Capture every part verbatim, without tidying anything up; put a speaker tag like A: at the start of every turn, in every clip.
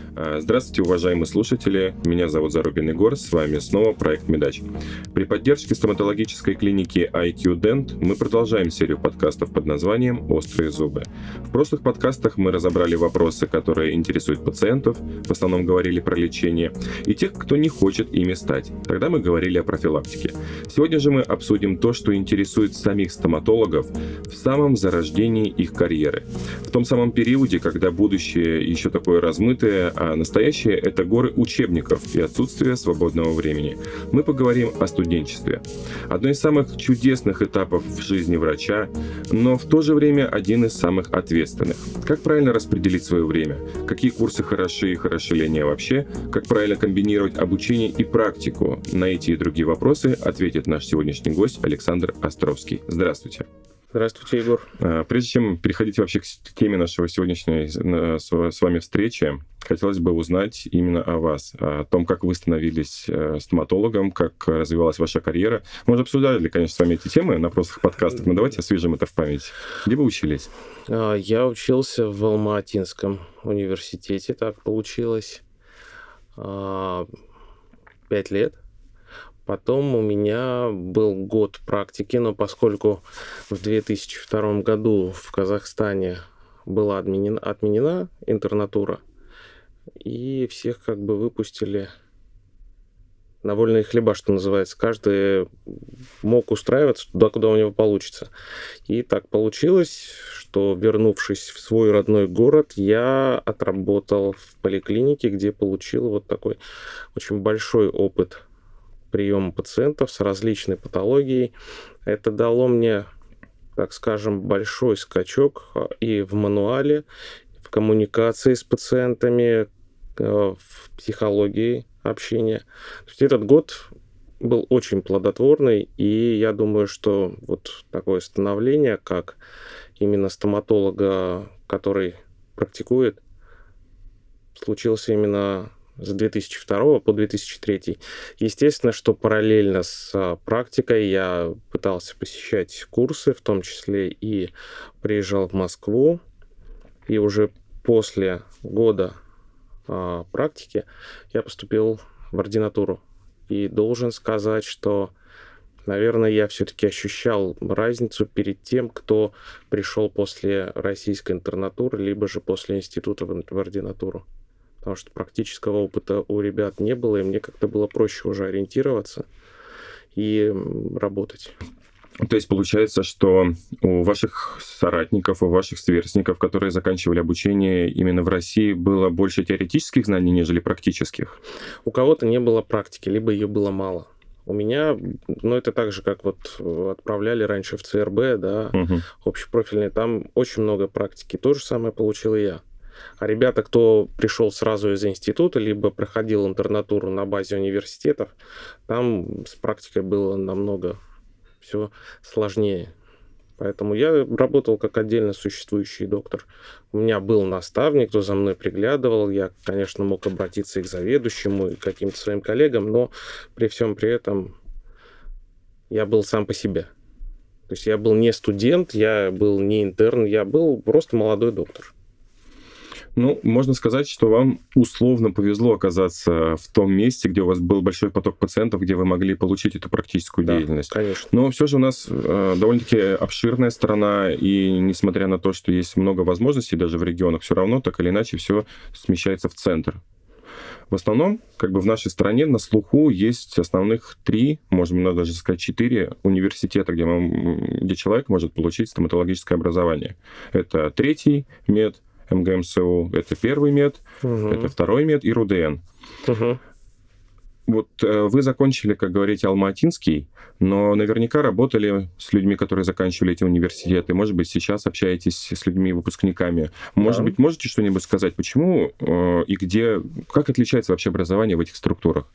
A: Здравствуйте, уважаемые слушатели. Меня зовут Зарубин Егор, с вами снова проект «Медач». При поддержке стоматологической клиники ай кью Dent мы продолжаем серию подкастов под названием «Острые зубы». В прошлых подкастах мы разобрали вопросы, которые интересуют пациентов, в основном говорили про лечение, и тех, кто не хочет ими стать. Тогда мы говорили о профилактике. Сегодня же мы обсудим то, что интересует самих стоматологов в самом зарождении их карьеры. В том самом периоде, когда будущее еще такое размытое, а настоящее — это горы учебников и отсутствие свободного времени. Мы поговорим о студенчестве. Одно из самых чудесных этапов в жизни врача, но в то же время один из самых ответственных. Как правильно распределить свое время? Какие курсы хороши и хороши ли они вообще? Как правильно комбинировать обучение и практику? На эти и другие вопросы ответит наш сегодняшний гость Александр Островский. Здравствуйте.
B: Здравствуйте, Егор.
A: Прежде чем переходить вообще к теме нашего сегодняшней с вами встречи, хотелось бы узнать именно о вас, о том, как вы становились стоматологом, как развивалась ваша карьера. Мы уже обсуждали, конечно, с вами эти темы на прошлых подкастах, но давайте освежим это в память. Где вы учились?
B: Я учился в Алма-Атинском университете, так получилось, пять лет. Потом у меня был год практики, но поскольку в две тысячи втором году в Казахстане была отменена, отменена интернатура, и всех как бы выпустили на вольные хлеба, что называется. Каждый мог устраиваться туда, куда у него получится. И так получилось, что, вернувшись в свой родной город, я отработал в поликлинике, где получил вот такой очень большой опыт приема пациентов с различной патологией. Это дало мне, так скажем, большой скачок и в мануале, в коммуникации с пациентами, в психологии общения. То есть этот год был очень плодотворный, и я думаю, что вот такое становление, как именно стоматолога, который практикует, случилось именно с две тысячи второго по две тысячи третий. Естественно, что параллельно с практикой я пытался посещать курсы, в том числе и приезжал в Москву. И уже после года а, практики я поступил в ординатуру. И должен сказать, что, наверное, я все-таки ощущал разницу перед тем, кто пришел после российской интернатуры, либо же после института в, в ординатуру. Потому что практического опыта у ребят не было, и мне как-то было проще уже ориентироваться и работать.
A: То есть получается, что у ваших соратников, у ваших сверстников, которые заканчивали обучение именно в России, было больше теоретических знаний, нежели практических?
B: У кого-то не было практики, либо ее было мало. У меня, ну, это так же, как вот отправляли раньше в ЦРБ, да, угу. общепрофильные, там очень много практики. То же самое получил и я. А ребята, кто пришел сразу из института, либо проходил интернатуру на базе университетов, там с практикой было намного все сложнее. Поэтому я работал как отдельно существующий доктор. У меня был наставник, кто за мной приглядывал. Я, конечно, мог обратиться и к заведующему, и к каким-то своим коллегам, но при всем при этом я был сам по себе. То есть я был не студент, я был не интерн, я был просто молодой доктор.
A: Ну, можно сказать, что вам условно повезло оказаться в том месте, где у вас был большой поток пациентов, где вы могли получить эту практическую
B: да,
A: деятельность.
B: Конечно.
A: Но все же у нас э, довольно-таки обширная страна, и несмотря на то, что есть много возможностей даже в регионах, все равно так или иначе все смещается в центр. В основном, как бы в нашей стране на слуху есть основных три, можно даже сказать четыре университета, где, мы, где человек может получить стоматологическое образование. Это третий мед, эм гэ эм эс у, это первый мед, угу. это второй мед и РУДН.
B: Угу.
A: Вот э, вы закончили, как говорите, Алма-Атинский, но наверняка работали с людьми, которые заканчивали эти университеты. Может быть, сейчас общаетесь с людьми-выпускниками. Может да. быть, можете что-нибудь сказать, почему э, и где, как отличается вообще образование в этих структурах?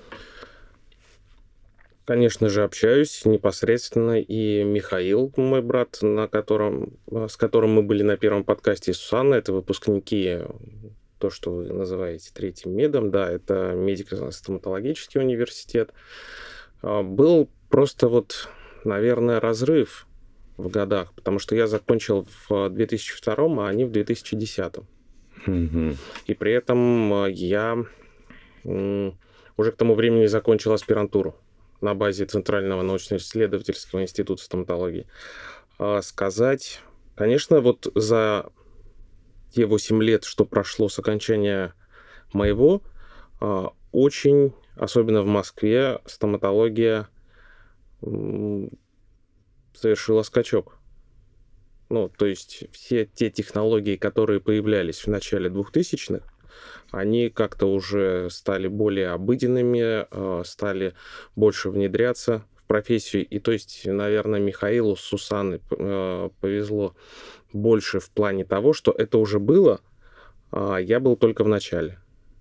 B: Конечно же, общаюсь непосредственно, и Михаил, мой брат, на котором, с которым мы были на первом подкасте, и Сусанна, это выпускники, то, что вы называете третьим медом, да, это медико-стоматологический университет. Был просто вот, наверное, разрыв в годах, потому что я закончил в две тысячи втором, а они в две тысячи десятом.
A: Мгм.
B: И при этом э, я м, уже к тому времени закончил аспирантуру на базе Центрального научно-исследовательского института стоматологии. А сказать, конечно, вот за те восемь лет, что прошло с окончания моего, а, очень, особенно в Москве, стоматология м, совершила скачок. Ну, то есть все те технологии, которые появлялись в начале двухтысячных, они как-то уже стали более обыденными, э, стали больше внедряться в профессию. И то есть, наверное, Михаилу с Сусанной э, повезло больше в плане того, что это уже было, а я был только в начале.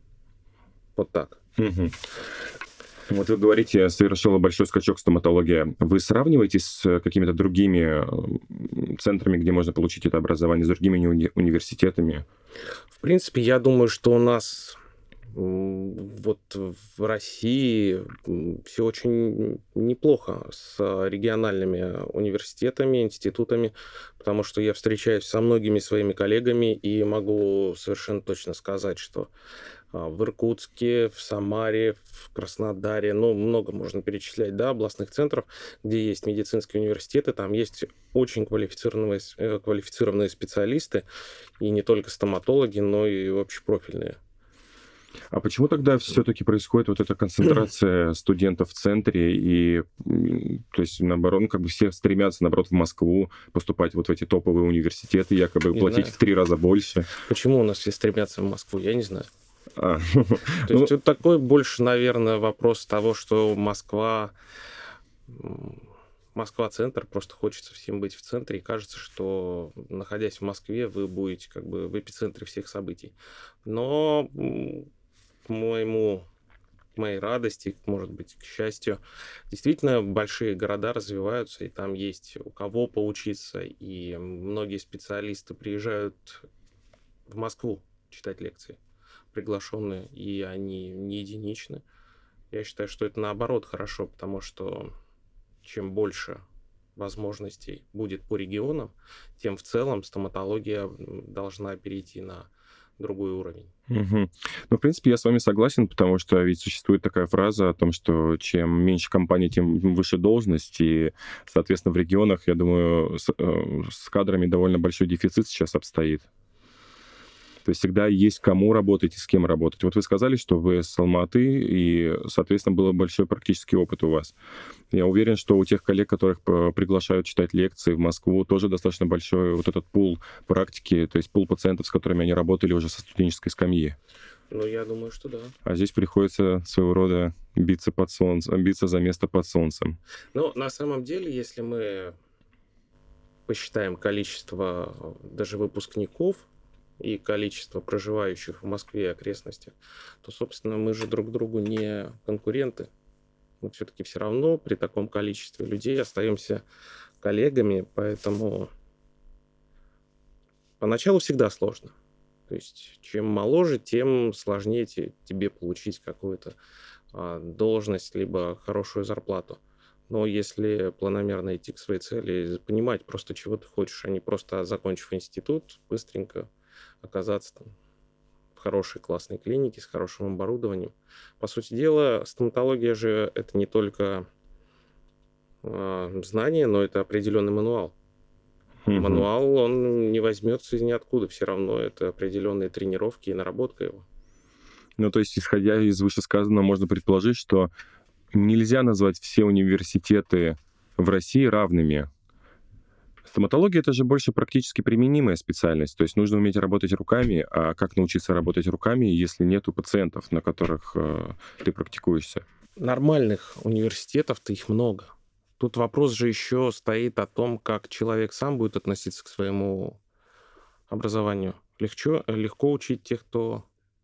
B: Вот так.
A: Мгм. Вот вы говорите, совершила большой скачок стоматология. Вы сравниваете с какими-то другими м, центрами, где можно получить это образование, с другими уни- университетами?
B: В принципе, я думаю, что у нас м, вот в России все очень неплохо с региональными университетами, институтами, потому что я встречаюсь со многими своими коллегами и могу совершенно точно сказать, что а, в Иркутске, в Самаре, в Краснодаре, ну, много можно перечислять, да, областных центров, где есть медицинские университеты, там есть очень квалифицированные, с- э, квалифицированные специалисты, и не только стоматологи, но и общепрофильные.
A: А почему тогда все-таки происходит вот эта концентрация студентов в центре, и, м, то есть, наоборот, ну, как бы все стремятся, наоборот, в Москву поступать вот в эти топовые университеты, якобы
B: Не
A: платить
B: знаю,
A: в три раза больше?
B: почему у нас все стремятся в Москву, я не знаю.
A: А,
B: То есть
A: ну,
B: это такой больше, наверное, вопрос того, что Москва, м, Москва-центр, просто хочется всем быть в центре, и кажется, что, находясь в Москве, вы будете как бы в эпицентре всех событий. Но м, к моему, к моей радости, может быть, к счастью, действительно большие города развиваются, и там есть у кого поучиться, и многие специалисты приезжают в Москву читать лекции, приглашенные, и они не единичны. Я считаю, что это наоборот хорошо, потому что чем больше возможностей будет по регионам, тем в целом стоматология м, должна перейти на другой уровень.
A: мгм. Ну, в принципе, я с вами согласен, потому что ведь существует такая фраза о том, что чем меньше компаний, тем выше должность, и, соответственно, в регионах, я думаю, с, э, с кадрами довольно большой дефицит сейчас обстоит. То есть всегда есть кому работать и с кем работать. Вот вы сказали, что вы с Алматы, и, соответственно, был большой практический опыт у вас. Я уверен, что у тех коллег, которых п- приглашают читать лекции в Москву, тоже достаточно большой вот этот пул практики, то есть пул пациентов, с которыми они работали уже со студенческой скамьи.
B: Ну, я думаю, что да.
A: А здесь приходится своего рода биться под солнцем, биться за место под солнцем.
B: Но на самом деле, если мы посчитаем количество э, даже выпускников и количество проживающих в Москве и окрестностях, то, собственно, мы же друг другу не конкуренты. Мы все-таки все равно при таком количестве людей остаемся коллегами, поэтому поначалу всегда сложно. То есть чем моложе, тем сложнее те- тебе получить какую-то а, должность, либо хорошую зарплату. Но если планомерно идти к своей цели, и понимать просто, чего ты хочешь, а не просто, закончив институт, быстренько оказаться там в хорошей классной клинике с хорошим оборудованием. По сути дела, стоматология же это не только а, знание, но это определенный мануал.
A: Мгм.
B: Мануал, он не возьмется из ниоткуда, все равно это определенные тренировки и наработка его.
A: Ну, то есть, исходя из вышесказанного, можно предположить, что нельзя назвать все университеты в России равными. Стоматология — это же больше практически применимая специальность. То есть нужно уметь работать руками, а как научиться работать руками, если нету пациентов, на которых э, ты практикуешься?
B: Нормальных университетов-то их много. Тут вопрос же еще стоит о том, как человек сам будет относиться к своему образованию. Легче, легко учить тех, кто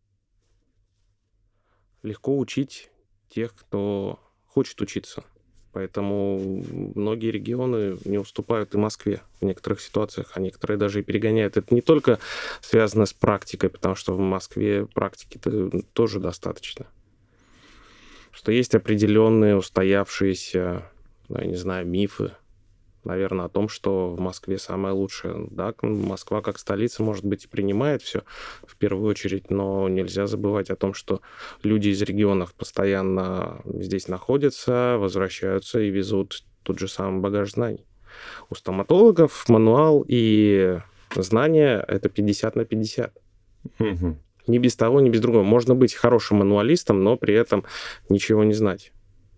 B: легко учить тех, кто хочет учиться. Поэтому многие регионы не уступают и Москве в некоторых ситуациях, а некоторые даже и перегоняют. Это не только связано с практикой, потому что в Москве практики тоже достаточно. Что есть определенные устоявшиеся, ну, я не знаю, мифы, наверное, о том, что в Москве самое лучшее. Да, Москва как столица, может быть, и принимает все в первую очередь, но нельзя забывать о том, что люди из регионов постоянно здесь находятся, возвращаются и везут тот же самый багаж знаний. У стоматологов мануал и знания — это пятьдесят на пятьдесят.
A: Угу.
B: Ни без того, ни без другого. Можно быть хорошим мануалистом, но при этом ничего не знать.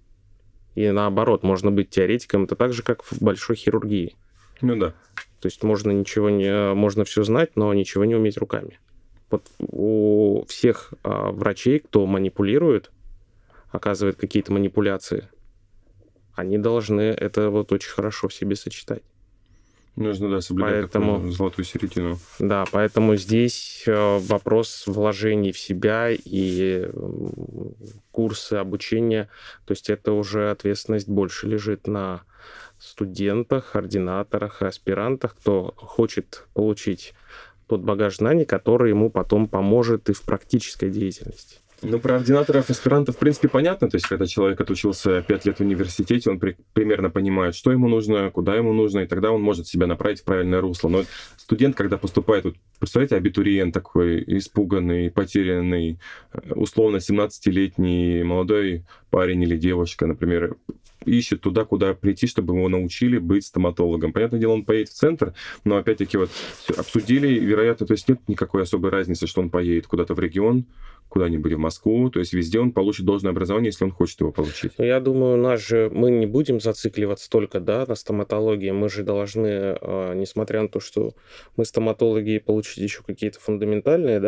B: И наоборот, можно быть теоретиком, это так же, как в большой хирургии.
A: Ну да.
B: То есть можно ничего не, можно все знать, но ничего не уметь руками. Вот у всех а, врачей, кто манипулирует, оказывает какие-то манипуляции, они должны это вот очень хорошо в себе сочетать.
A: Нужно, да, соблюдать
B: Поэтому,
A: такую золотую середину.
B: Да, поэтому здесь вопрос вложений в себя и курсы обучения, то есть это уже ответственность больше лежит на студентах, ординаторах и аспирантах, кто хочет получить тот багаж знаний, который ему потом поможет и в практической деятельности.
A: Ну, про ординаторов, аспирантов, в принципе, понятно. То есть, когда человек отучился пять лет в университете, он при, примерно понимает, что ему нужно, куда ему нужно, и тогда он может себя направить в правильное русло. Но студент, когда поступает, вот, представляете, абитуриент такой испуганный, потерянный, условно семнадцатилетний молодой парень или девушка, например, ищет туда, куда прийти, чтобы его научили быть стоматологом. Понятное дело, он поедет в центр, но опять-таки вот обсудили, вероятно, то есть нет никакой особой разницы, что он поедет куда-то в регион, куда-нибудь в Москву, то есть везде он получит должное образование, если он хочет его получить.
B: Я думаю, нас же, мы не будем зацикливаться только, да, на стоматологии, мы же должны, несмотря на то, что мы стоматологи, получить еще какие-то фундаментальные,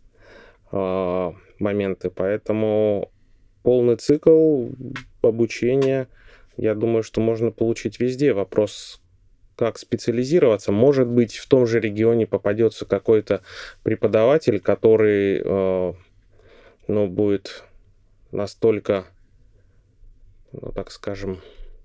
B: да, моменты, поэтому полный цикл обучения, я думаю, что можно получить везде. Вопрос, как специализироваться. Может быть, в том же регионе попадется какой-то преподаватель, который ну, будет настолько, ну, так скажем,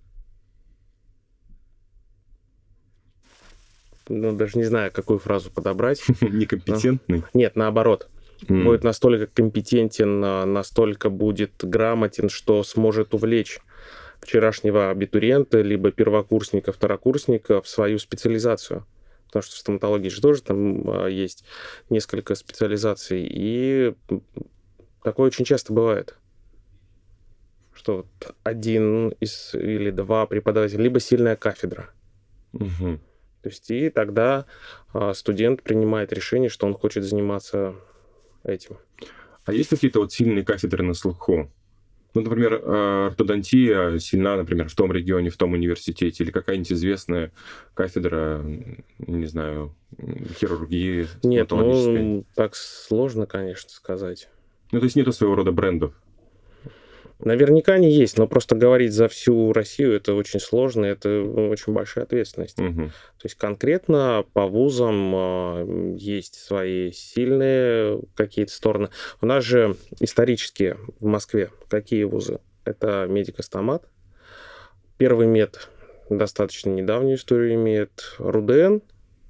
B: ну, даже не знаю, какую фразу подобрать.
A: Некомпетентный?
B: Нет, наоборот. Mm. Будет настолько компетентен, настолько будет грамотен, что сможет увлечь вчерашнего абитуриента, либо первокурсника, второкурсника в свою специализацию. Потому что в стоматологии же тоже там есть несколько специализаций, и такое очень часто бывает, что вот один из, или два преподавателя, либо сильная кафедра.
A: Угу.
B: То есть и тогда студент принимает решение, что он хочет заниматься этим.
A: А есть какие-то вот сильные кафедры на слуху? Ну, например, ортодонтия сильна, например, в том регионе, в том университете, или какая-нибудь известная кафедра, не знаю, хирургии?
B: Нет, ну, так сложно, конечно, сказать.
A: Ну, то есть нету своего рода брендов?
B: Наверняка они есть, но просто говорить за всю Россию это очень сложно, это очень большая ответственность.
A: Угу.
B: То есть конкретно по вузам есть свои сильные какие-то стороны. У нас же исторически в Москве какие вузы? Это медико-стомат. Первый мед достаточно недавнюю историю имеет, РУДН.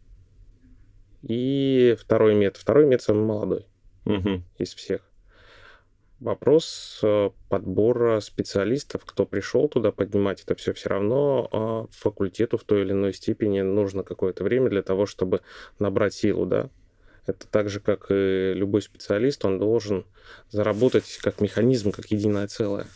B: И второй мед. Второй мед самый молодой
A: угу.
B: из всех. Вопрос подбора специалистов, кто пришел туда поднимать это все, все равно факультету в той или иной степени нужно какое-то время для того, чтобы набрать силу, да. Это так же, как и любой специалист, он должен заработать как механизм, как единое целое.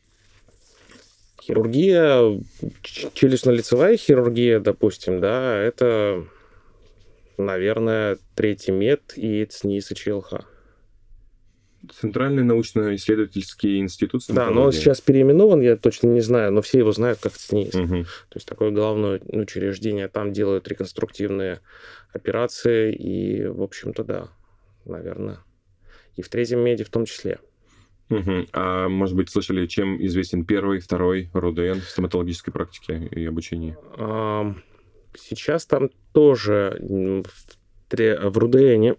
B: Хирургия, челюстно-лицевая хирургия, допустим, да, это, наверное, третий мед и ЦНИИС и ЧЛХ.
A: Центральный научно-исследовательский институт стоматологии.
B: Да, но он сейчас переименован, я точно не знаю, но все его знают как ЦНИИС.
A: Угу.
B: То есть такое главное учреждение, там делают реконструктивные операции, и, в общем-то, да, наверное. И в третьем меди в том числе.
A: Угу. А может быть, слышали, чем известен первый, второй РУДН в стоматологической практике и обучении?
B: Сейчас там тоже в, в РУДНе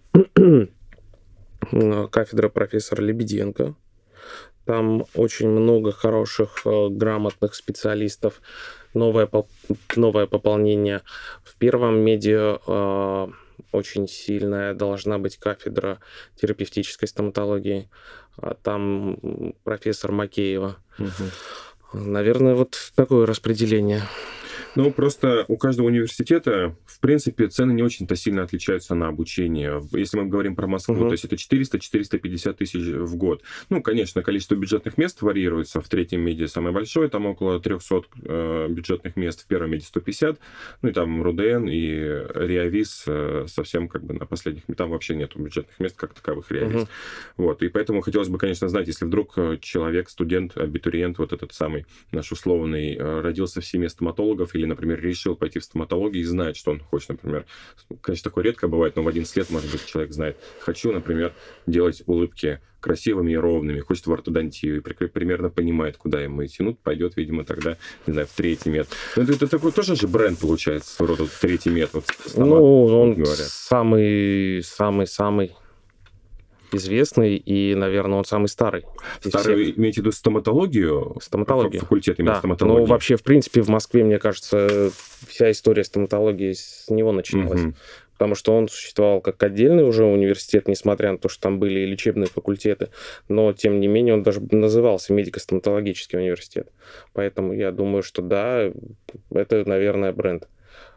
B: кафедра профессора Лебеденко. Там очень много хороших, грамотных специалистов. Новое, новое пополнение. В первом меди э, очень сильная должна быть кафедра терапевтической стоматологии. Там профессор Макеева.
A: Угу.
B: Наверное, вот такое распределение.
A: Ну, просто у каждого университета, в принципе, цены не очень-то сильно отличаются на обучение. Если мы говорим про Москву,
B: Мгм.
A: то есть это четыреста-четыреста пятьдесят тысяч в год. Ну, конечно, количество бюджетных мест варьируется. В третьем меди самое большое, там около триста э, бюджетных мест, в первом меди сто пятьдесят. Ну, и там РУДН и РИАВИЗ э, совсем как бы на последних... Там вообще нету бюджетных мест как таковых РИАВИЗ.
B: Мгм.
A: Вот, и поэтому хотелось бы, конечно, знать, если вдруг э, человек, студент, абитуриент, вот этот самый наш условный, э, родился в семье стоматологов или, например, решил пойти в стоматологию и знает, что он хочет, например. Конечно, такое редко бывает, но в одиннадцать лет, может быть, человек знает. Хочу, например, делать улыбки красивыми и ровными, хочет в ортодонтию, и при- примерно понимает, куда ему идти. Ну, пойдет, видимо, тогда, не знаю, в третий мед. Ну, это, это такой тоже же бренд, получается, своего рода третий мед. Вот, стомат,
B: Ну, он
A: говорят.
B: самый, самый, самый известный и, наверное, он самый старый. из
A: Старый,
B: всех.
A: имеете в виду стоматологию?
B: Стоматологию.
A: Фак- Факультет именно
B: Да,
A: стоматологии.
B: ну вообще, в принципе, в Москве, мне кажется, вся история стоматологии с него начиналась.
A: Мгм.
B: Потому что он существовал как отдельный уже университет, несмотря на то, что там были и лечебные факультеты, но, тем не менее, он даже назывался медико-стоматологический университет. Поэтому я думаю, что да, это, наверное, бренд.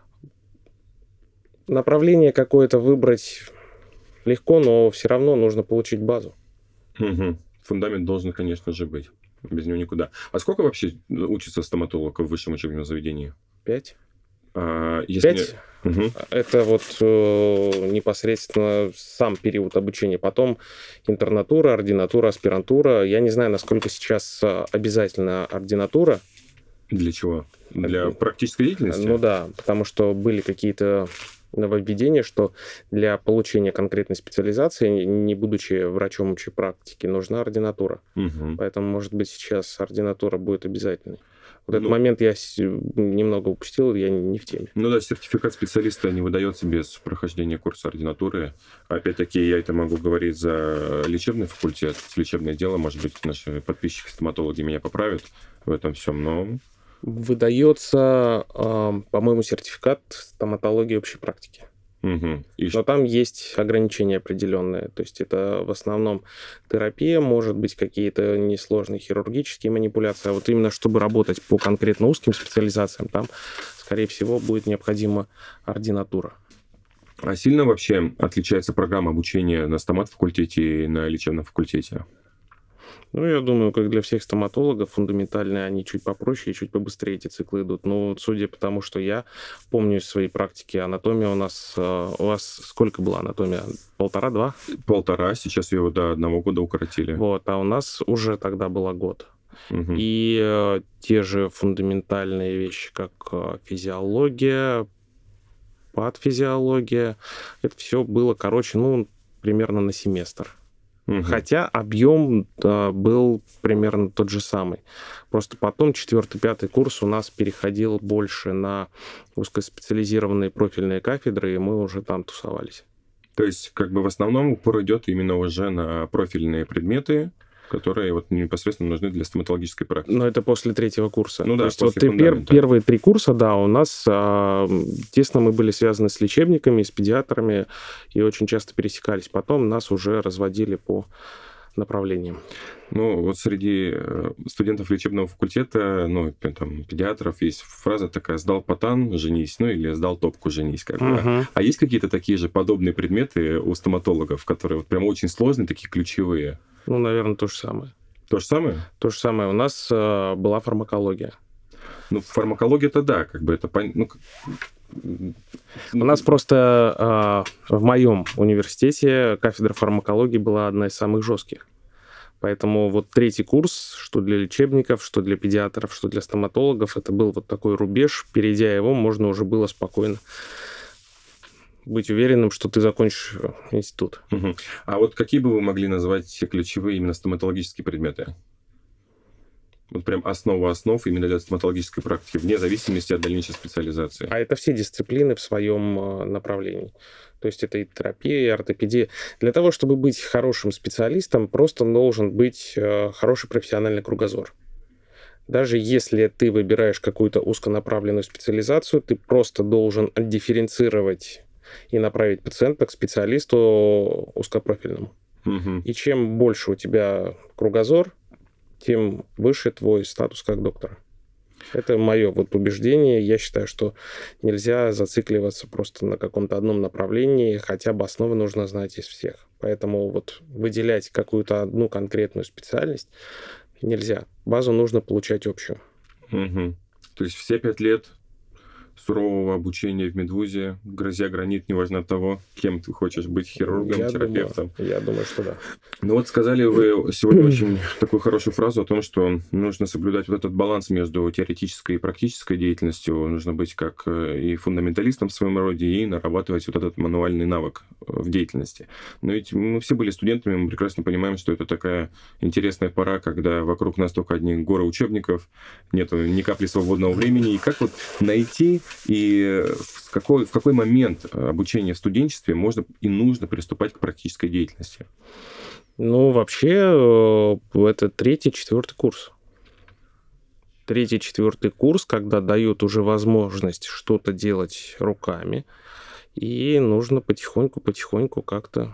B: Направление какое-то выбрать легко, но все равно нужно получить базу.
A: Мгм. Фундамент должен, конечно же, быть. Без него никуда. А сколько вообще учится стоматолог в высшем учебном заведении?
B: Пять?
A: А, если...
B: Пять?
A: Мгм.
B: Это вот э, непосредственно сам период обучения. Потом интернатура, ординатура, аспирантура. Я не знаю, насколько сейчас э, обязательно ординатура.
A: Для чего? Для практической деятельности?
B: Ну да, потому что были какие-то нововведения, что для получения конкретной специализации, не будучи врачом общей практики, нужна ординатура.
A: Мгм.
B: Поэтому, может быть, сейчас ординатура будет обязательной. Вот этот
A: Ну-
B: момент я с- немного упустил, я не в теме.
A: Ну да, сертификат специалиста не выдается без прохождения курса ординатуры. Опять-таки, я это могу говорить за лечебный факультет, лечебное дело. Может быть, наши подписчики-стоматологи меня поправят в этом всем, но...
B: Выдается, э, по-моему, сертификат стоматологии общей практики.
A: Мгм. И
B: Но там есть ограничения определенные. То есть это в основном терапия, может быть, какие-то несложные хирургические манипуляции. А вот именно чтобы работать по конкретно узким специализациям, там, скорее всего, будет необходима ординатура.
A: А сильно вообще отличается программа обучения на стомат-факультете и на лечебном факультете?
B: Ну, я думаю, как для всех стоматологов, фундаментальные они чуть попроще и чуть побыстрее эти циклы идут. Но вот судя по тому, что я помню из своей практики, анатомия у нас... э, У вас сколько была анатомия? Полтора-два?
A: Полтора, сейчас ее до одного года укоротили.
B: Вот, а у нас уже тогда было год.
A: Мгм.
B: И э, те же фундаментальные вещи, как э, физиология, патофизиология, это все было, короче, ну, примерно на семестр.
A: Мгм.
B: Хотя объем э, был примерно тот же самый. Просто потом четвертый, пятый курс у нас переходил больше на узкоспециализированные профильные кафедры, и мы уже там тусовались.
A: То есть, как бы в основном упор идет именно уже на профильные предметы, которые вот непосредственно нужны для стоматологической практики.
B: Но это после третьего курса.
A: Ну да,
B: То есть вот
A: после
B: ты пер-
A: фундамента.
B: первые три курса, да, у нас а, тесно мы были связаны с лечебниками, с педиатрами и очень часто пересекались. Потом нас уже разводили по направлениям.
A: Ну, вот среди э, студентов лечебного факультета, ну, пи- там, педиатров, есть фраза такая: «Сдал патан, женись», ну, или «Сдал топку, женись», как бы.
B: Мгм.
A: А есть какие-то такие же подобные предметы у стоматологов, которые вот прям очень сложные, такие ключевые?
B: Ну, наверное, то же самое.
A: То же самое?
B: То же самое. У нас а, была фармакология.
A: Ну, фармакология-то да, как бы это... пон- Ну, к-
B: У нас просто а, в моем университете кафедра фармакологии была одна из самых жестких. Поэтому вот третий курс, что для лечебников, что для педиатров, что для стоматологов, это был вот такой рубеж. Перейдя его, можно уже было спокойно быть уверенным, что ты закончишь институт.
A: Мгм. А вот какие бы вы могли назвать ключевые именно стоматологические предметы? Вот прям основа основ именно для стоматологической практики, вне зависимости от дальнейшей специализации.
B: А это все дисциплины в своем э, направлении. То есть это и терапия, и ортопедия. Для того, чтобы быть хорошим специалистом, просто должен быть э, хороший профессиональный кругозор. Даже если ты выбираешь какую-то узконаправленную специализацию, ты просто должен отдифференцировать и направить пациента к специалисту узкопрофильному.
A: Мгм.
B: И чем больше у тебя кругозор, тем выше твой статус как доктора. Это мое вот убеждение. Я считаю, что нельзя зацикливаться просто на каком-то одном направлении, хотя бы основы нужно знать из всех. Поэтому вот выделять какую-то одну конкретную специальность нельзя. Базу нужно получать общую.
A: Угу. То есть все пять лет сурового обучения в медвузе, грозя гранит, неважно от того, кем ты хочешь быть, хирургом,
B: я
A: терапевтом.
B: Думаю, я думаю, что да.
A: Ну вот сказали вы сегодня очень такую хорошую фразу о том, что нужно соблюдать вот этот баланс между теоретической и практической деятельностью. Нужно быть как и фундаменталистом в своем роде, и нарабатывать вот этот мануальный навык в деятельности. Но ведь мы все были студентами, мы прекрасно понимаем, что это такая интересная пора, когда вокруг нас только одни горы учебников, нету ни капли свободного времени. И как вот найти и в какой, в какой момент обучения в студенчестве можно и нужно приступать к практической деятельности?
B: Ну, вообще, это третий, четвертый курс. Третий, четвертый курс, когда дают уже возможность что-то делать руками, и нужно потихоньку-потихоньку как-то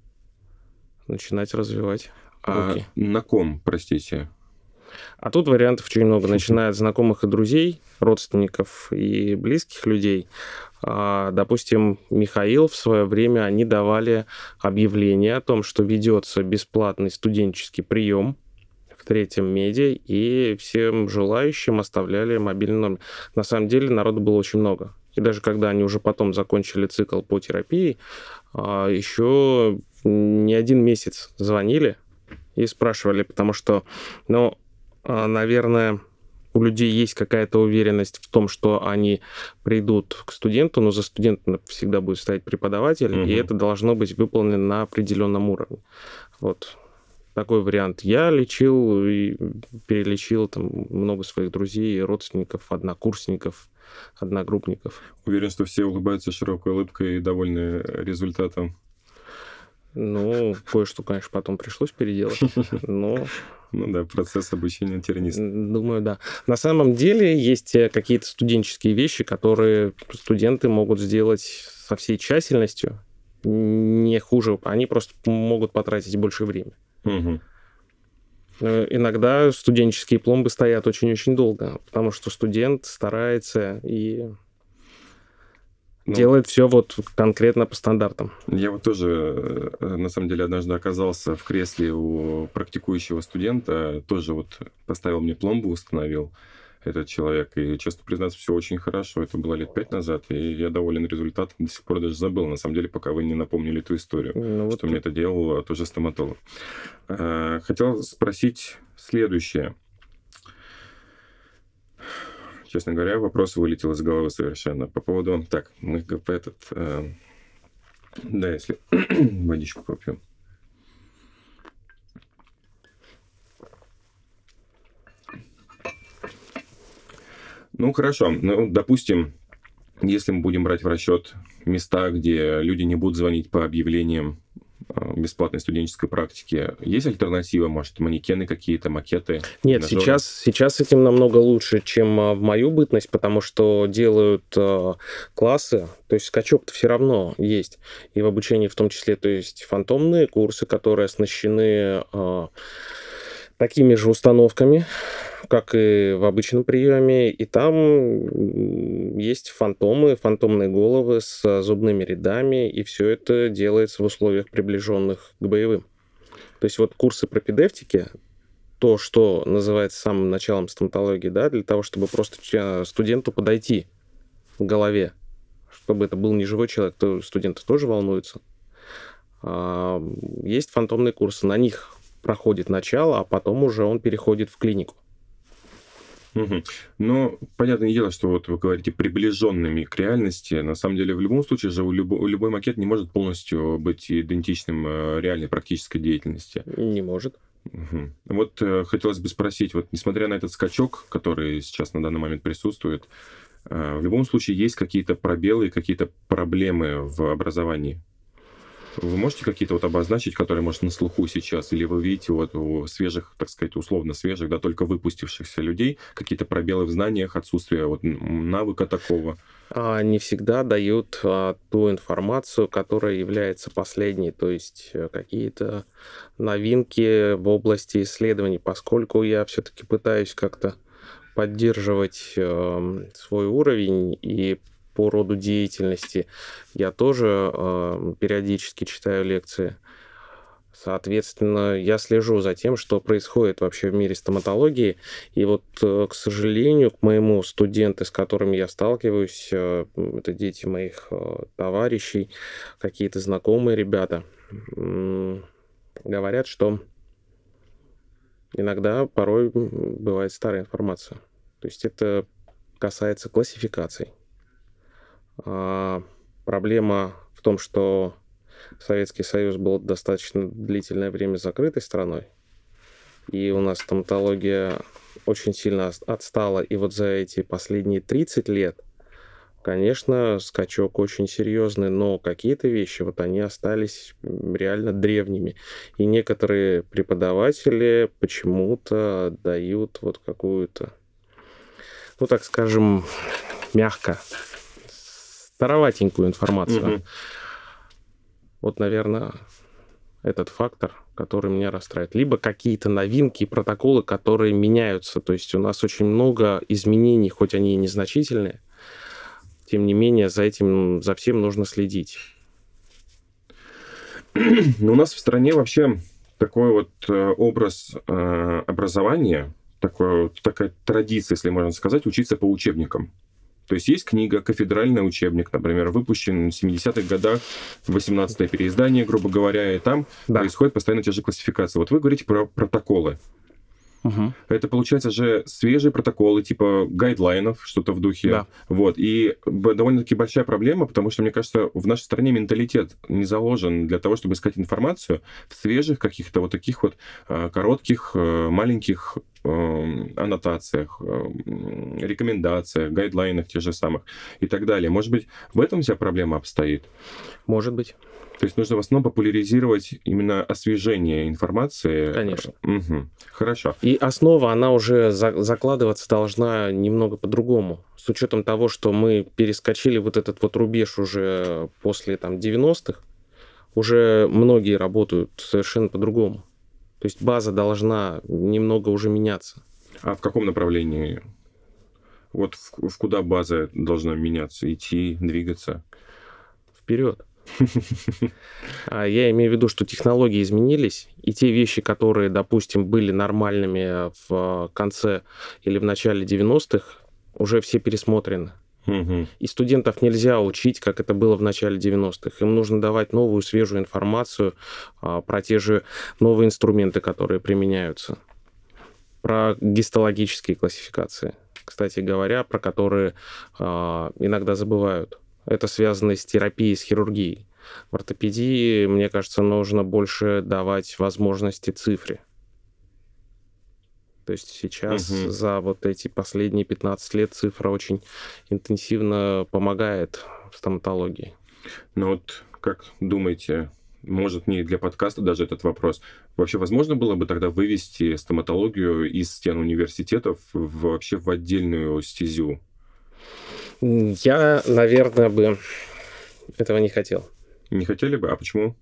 B: начинать развивать руки.
A: А на ком, простите?
B: А тут вариантов очень много, начиная от знакомых и друзей, родственников и близких людей. Допустим, Михаил в свое время, они давали объявление о том, что ведется бесплатный студенческий прием в третьем меди, и всем желающим оставляли мобильный номер. На самом деле народу было очень много. И даже когда они уже потом закончили цикл по терапии, еще не один месяц звонили и спрашивали, потому что, ну, наверное, у людей есть какая-то уверенность в том, что они придут к студенту, но за студентом всегда будет стоять преподаватель, угу. и это должно быть выполнено на определенном уровне. Вот такой вариант. Я лечил и перелечил там много своих друзей, родственников, однокурсников, одногруппников.
A: Уверен, что все улыбаются широкой улыбкой и довольны результатом.
B: Ну, кое-что, конечно, потом пришлось переделать, но...
A: Ну да, процесс обучения тернист.
B: Думаю, да. На самом деле есть какие-то студенческие вещи, которые студенты могут сделать со всей тщательностью, не хуже. Они просто могут потратить больше времени.
A: Угу.
B: Иногда студенческие пломбы стоят очень-очень долго, потому что студент старается и... Ну, делает все вот конкретно по стандартам.
A: Я вот тоже, на самом деле, однажды оказался в кресле у практикующего студента, тоже вот поставил мне пломбу, установил этот человек, и, честно признаться, все очень хорошо. Это было лет пять назад, и я доволен результатом, до сих пор даже забыл, на самом деле, пока вы не напомнили эту историю, ну, что вот мне это делал тоже стоматолог. Хотел спросить следующее. Честно говоря, вопрос вылетел из головы совершенно. По поводу... Так, мы этот... Э, да, если... водичку попьем. Ну, хорошо. Ну, допустим, если мы будем брать в расчет места, где люди не будут звонить по объявлениям бесплатной студенческой практики. Есть альтернатива, может, манекены какие-то, макеты?
B: Нет, сейчас, сейчас этим намного лучше, чем в мою бытность, потому что делают э, классы, то есть скачок-то все равно есть, и в обучении в том числе, то есть фантомные курсы, которые оснащены э, такими же установками, как и в обычном приеме, и там есть фантомы, фантомные головы с зубными рядами, и все это делается в условиях, приближенных к боевым. То есть вот курсы пропедевтики, то, что называется самым началом стоматологии, да, для того, чтобы просто студенту подойти к голове, чтобы это был не живой человек, то студенты тоже волнуются. Есть фантомные курсы, на них проходит начало, а потом уже он переходит в клинику.
A: Угу. Но понятное дело, что вот вы говорите приближенными к реальности. На самом деле, в любом случае же любой, любой макет не может полностью быть идентичным реальной практической деятельности.
B: Не может.
A: Угу. Вот э, хотелось бы спросить, вот несмотря на этот скачок, который сейчас на данный момент присутствует, э, в любом случае есть какие-то пробелы, какие-то проблемы в образовании? Вы можете какие-то вот обозначить, которые, может, на слуху сейчас, или вы видите вот у свежих, так сказать, условно свежих, да, только выпустившихся людей, какие-то пробелы в знаниях, отсутствие вот навыка такого?
B: Не всегда дают а, ту информацию, которая является последней, то есть какие-то новинки в области исследований, поскольку я все-таки пытаюсь как-то поддерживать э, свой уровень и по роду деятельности я тоже э, периодически читаю лекции. Соответственно, я слежу за тем, что происходит вообще в мире стоматологии. И вот, к сожалению, к моему студенты, с которыми я сталкиваюсь, это дети моих товарищей, какие-то знакомые ребята, говорят, что иногда порой бывает старая информация. То есть это касается классификаций. А проблема в том, что Советский Союз был достаточно длительное время закрытой страной, и у нас стоматология очень сильно отстала. И вот за эти последние тридцать лет, конечно, скачок очень серьезный, но какие-то вещи, вот они остались реально древними. И некоторые преподаватели почему-то дают вот какую-то, ну, так скажем, мягко, староватенькую информацию. Mm-hmm. Вот, наверное, этот фактор, который меня расстраивает. Либо какие-то новинки и протоколы, которые меняются. То есть у нас очень много изменений, хоть они и незначительные, тем не менее за этим, за всем нужно следить.
A: Ну, у нас в стране вообще такой вот образ образования, такой, такая традиция, если можно сказать, учиться по учебникам. То есть есть книга, кафедральный учебник, например, выпущен в семидесятых годах, восемнадцатое переиздание, грубо говоря, и там да. происходит постоянно те же классификации. Вот вы говорите про протоколы. Угу. Это, получается же, свежие протоколы, типа гайдлайнов, что-то в духе. Да. Вот. И довольно-таки большая проблема, потому что, мне кажется, в нашей стране менталитет не заложен для того, чтобы искать информацию в свежих каких-то вот таких вот коротких, маленьких аннотациях, рекомендациях, гайдлайнах тех же самых и так далее. Может быть, в этом вся проблема обстоит?
B: Может быть.
A: То есть нужно в основном популяризировать именно освежение информации.
B: Конечно.
A: Угу. Хорошо.
B: И основа, она уже за- закладываться должна немного по-другому. С учетом того, что мы перескочили вот этот вот рубеж уже после там, девяностых, уже многие работают совершенно по-другому. То есть база должна немного уже меняться.
A: А в каком направлении? Вот в, в куда база должна меняться, идти, двигаться?
B: Вперед. Я имею в виду, что технологии изменились, и те вещи, которые, допустим, были нормальными в конце или в начале девяностых, уже все пересмотрены. Угу. И студентов нельзя учить, как это было в начале девяностых. Им нужно давать новую, свежую информацию а, про те же новые инструменты, которые применяются, про гистологические классификации, кстати говоря, про которые а, иногда забывают. Это связано с терапией, с хирургией. В ортопедии, мне кажется, нужно больше давать возможности цифре. То есть сейчас угу. за вот эти последние пятнадцать лет цифра очень интенсивно помогает в стоматологии.
A: Ну вот как думаете, может не для подкаста даже этот вопрос, вообще возможно было бы тогда вывести стоматологию из стен университетов в, вообще в отдельную стезю?
B: Я, наверное, бы этого не хотел.
A: Не хотели бы? А почему?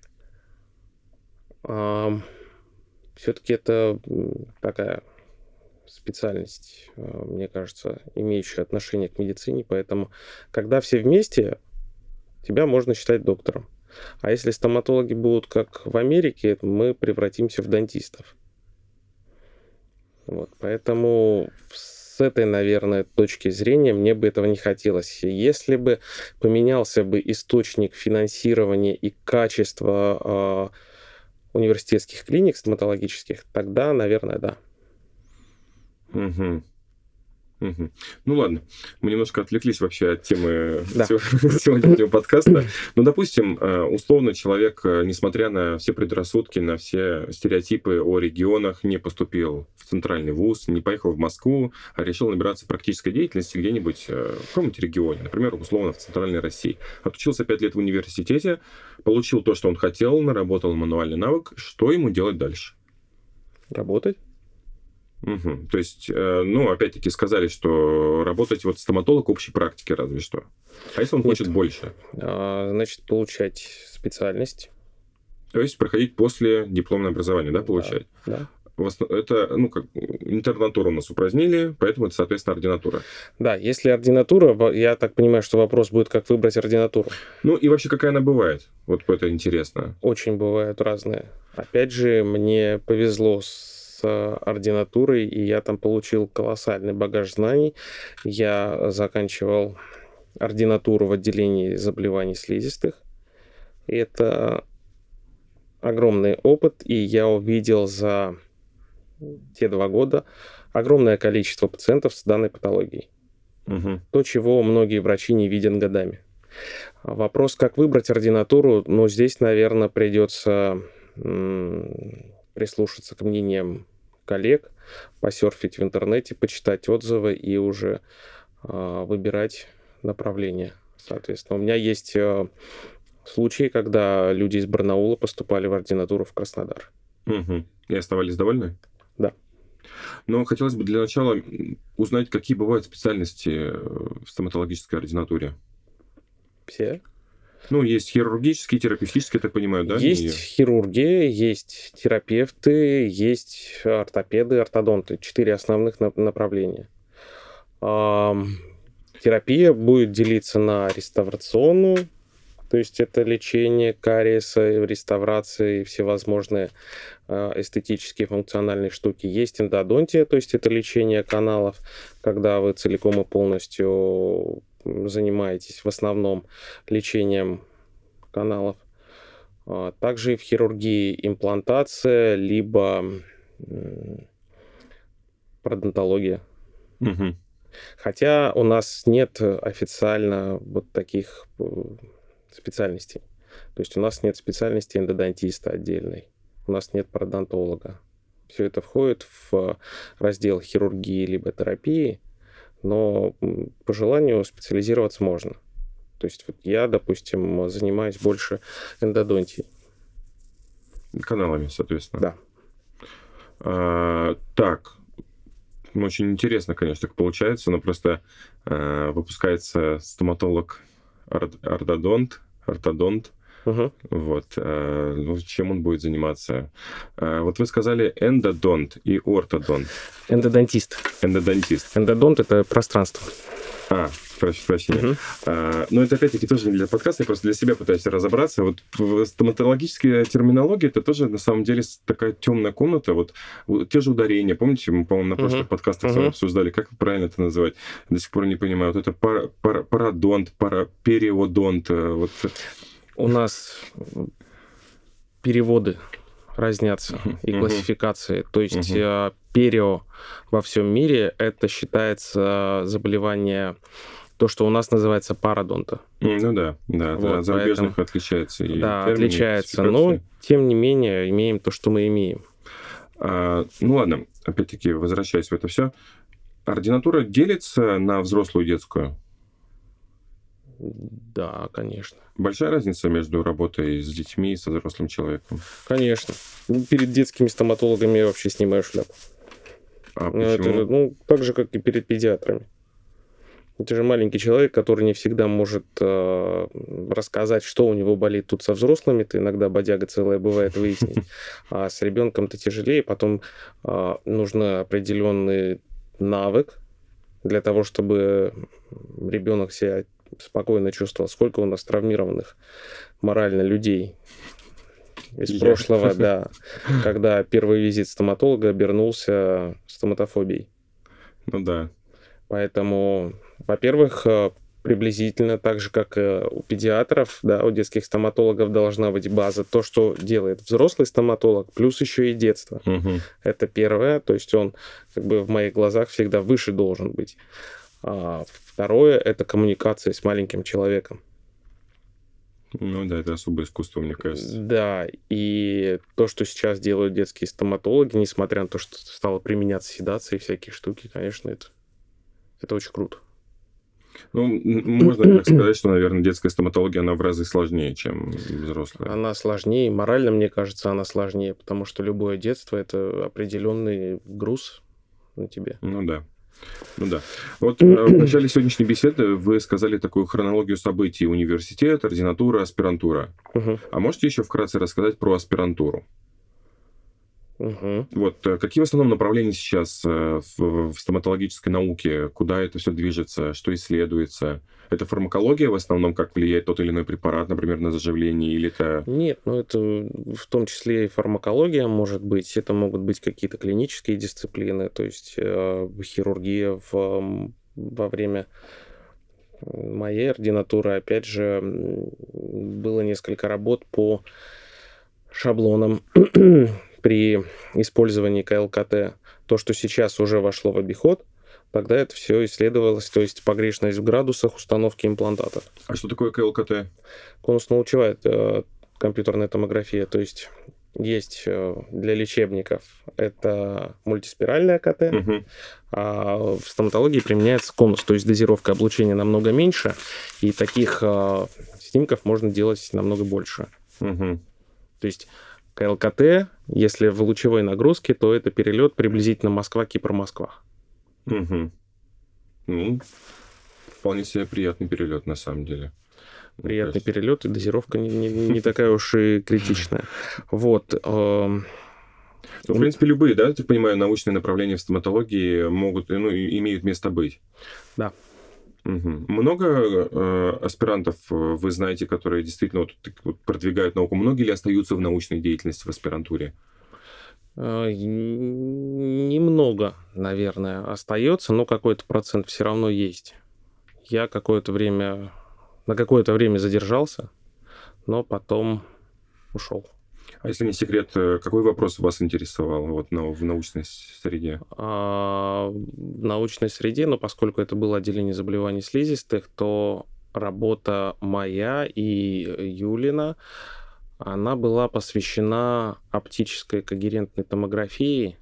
B: А, все-таки это такая специальность, мне кажется, имеющая отношение к медицине, поэтому, когда все вместе, тебя можно считать доктором. А если стоматологи будут как в Америке, мы превратимся в дантистов. Вот, поэтому с этой, наверное, точки зрения мне бы этого не хотелось. Если бы поменялся бы источник финансирования и качества э, университетских клиник стоматологических, тогда, наверное, да.
A: Угу. Угу. Ну ладно, мы немножко отвлеклись вообще от темы да. сегодняшнего подкаста. Ну, допустим, условно человек, несмотря на все предрассудки, на все стереотипы о регионах, не поступил в центральный вуз, не поехал в Москву, а решил набираться практической деятельности где-нибудь в каком-нибудь регионе, например, условно в центральной России. Отучился пять лет в университете, получил то, что он хотел, наработал мануальный навык. Что ему делать дальше?
B: Работать.
A: Угу. То есть, ну, опять-таки сказали, что работать вот стоматолог общей практики разве что. А если он хочет Нет. больше?
B: А, значит, получать специальность.
A: То есть проходить после дипломное образование, да, получать?
B: Да.
A: Это, ну, как интернатуру у нас упразднили, поэтому это, соответственно, ординатура.
B: Да, если ординатура, я так понимаю, что вопрос будет, как выбрать ординатуру.
A: Ну, и вообще, какая она бывает? Вот это интересно.
B: Очень бывают разные. Опять же, мне повезло с ординатурой, и я там получил колоссальный багаж знаний. Я заканчивал ординатуру в отделении заболеваний слизистых. И это огромный опыт, и я увидел за те два года огромное количество пациентов с данной патологией.
A: Угу.
B: То, чего многие врачи не видят годами. Вопрос, как выбрать ординатуру, ну, здесь, наверное, придется м- прислушаться к мнениям коллег, посерфить в интернете, почитать отзывы и уже э, выбирать направление. Соответственно, у меня есть э, случаи, когда люди из Барнаула поступали в ординатуру в Краснодар.
A: Угу. И оставались довольны?
B: Да.
A: Но хотелось бы для начала узнать, какие бывают специальности в стоматологической ординатуре.
B: Все.
A: Ну, есть хирургические, терапевтические, я так понимаю, да?
B: Есть
A: И...
B: хирургия, есть терапевты, есть ортопеды, ортодонты. Четыре основных направления. Терапия будет делиться на реставрационную, то есть это лечение кариеса, реставрации, всевозможные эстетические функциональные штуки. Есть эндодонтия, то есть это лечение каналов, когда вы целиком и полностью занимаетесь в основном лечением каналов. Также и в хирургии имплантация, либо пародонтология.
A: Угу.
B: Хотя у нас нет официально вот таких специальностей. То есть у нас нет специальности эндодонтиста отдельной. У нас нет пародонтолога. Все это входит в раздел хирургии либо терапии, но по желанию специализироваться можно. То есть вот я, допустим, занимаюсь больше эндодонтией.
A: Каналами, соответственно.
B: Да.
A: А, так, очень интересно, конечно, так получается, но просто а, выпускается стоматолог ортодонт, ортодонт.
B: Угу.
A: Вот. А, ну, чем он будет заниматься? А, вот вы сказали эндодонт и ортодонт.
B: Эндодонтист.
A: Эндодонтист.
B: Эндодонт — это пространство.
A: А, прошу прощения.
B: Uh-huh.
A: А, но это, опять-таки, тоже не для подкаста, я просто для себя пытаюсь разобраться. Вот стоматологическая терминология — это тоже, на самом деле, такая темная комната. Вот, вот те же ударения, помните, мы, по-моему, на прошлых uh-huh. подкастах uh-huh. с вами обсуждали, как правильно это называть. До сих пор не понимаю. Вот это пар, пар, пародонт, пара, периодонт. Вот.
B: У нас переводы разнятся uh-huh. и классификации. Uh-huh. То есть uh-huh. перио во всем мире — это считается заболевание, то, что у нас называется пародонта.
A: Ну да, да, вот, от зарубежных поэтому, отличается. И
B: да, отличается, но тем не менее имеем то, что мы имеем.
A: А, ну ладно, опять-таки, возвращаясь в это все, ординатура делится на взрослую и детскую?
B: Да, конечно.
A: Большая разница между работой с детьми и со взрослым человеком?
B: Конечно. Перед детскими стоматологами я вообще снимаю шляпу.
A: А почему?
B: Это, ну, так же, как и перед педиатрами. Это же маленький человек, который не всегда может э, рассказать, что у него болит. Тут со взрослыми ты иногда бодяга целая бывает выяснить, а с ребенком-то тяжелее. Потом э, нужен определенный навык для того, чтобы ребенок себя спокойно чувствовал. Сколько у нас травмированных морально людей из Я. прошлого, да, когда первый визит стоматолога обернулся стоматофобией.
A: Ну да.
B: Поэтому, во-первых, приблизительно так же, как и у педиатров, да, у детских стоматологов должна быть база, то, что делает взрослый стоматолог, плюс еще и детство.
A: Угу.
B: Это первое, то есть он как бы в моих глазах всегда выше должен быть. А второе — это коммуникация с маленьким человеком.
A: Ну да, это особое искусство, мне кажется.
B: Да, и то, что сейчас делают детские стоматологи, несмотря на то, что стало применяться седация и всякие штуки, конечно, это, это очень круто.
A: Ну, можно так сказать, что, наверное, детская стоматология, она в разы сложнее, чем взрослая.
B: Она сложнее, морально, мне кажется, она сложнее, потому что любое детство — это определенный груз на тебе.
A: Ну да. Ну да. Вот в начале сегодняшней беседы вы сказали такую хронологию событий: университет, ординатура, аспирантура.
B: Угу.
A: А можете еще вкратце рассказать про аспирантуру?
B: Угу.
A: Вот какие в основном направления сейчас в, в стоматологической науке? Куда это все движется? Что исследуется? Это фармакология в основном, как влияет тот или иной препарат, например, на заживление? Или это...
B: Нет, ну это в том числе и фармакология может быть. Это могут быть какие-то клинические дисциплины, то есть э, хирургия в, во время моей ординатуры. Опять же, было несколько работ по шаблонам при использовании ка эл ка тэ. То, что сейчас уже вошло в обиход, тогда это все исследовалось, то есть погрешность в градусах установки имплантатов.
A: А что такое ка эл ка тэ?
B: Конусно-лучевая э, компьютерная томография, то есть есть э, для лечебников это мультиспиральная ка тэ,
A: Угу.
B: а в стоматологии применяется конус, то есть дозировка облучения намного меньше, и таких э, снимков можно делать намного больше.
A: Угу.
B: То есть ка эл ка тэ, если в лучевой нагрузке, то это перелет приблизительно Москва-Кипр-Москва.
A: Угу. Ну, вполне себе приятный перелет, на самом деле.
B: Приятный ну, перелет, и дозировка не, не, не такая уж и критичная. Вот.
A: Ну, в принципе, любые, да, ты понимаю, научные направления в стоматологии могут, ну, имеют место быть.
B: Да.
A: Угу. Много э, аспирантов вы знаете, которые действительно вот, вот, продвигают науку? Многие ли остаются в научной деятельности в аспирантуре?
B: Немного, наверное, остается, но какой-то процент все равно есть. Я какое-то время, на какое-то время задержался, но потом ушел.
A: А если не секрет, какой вопрос вас интересовал вот, на, в научной среде?
B: А, в научной среде, но поскольку это было отделение заболеваний слизистых, то работа моя и Юлина, она была посвящена оптической когерентной томографии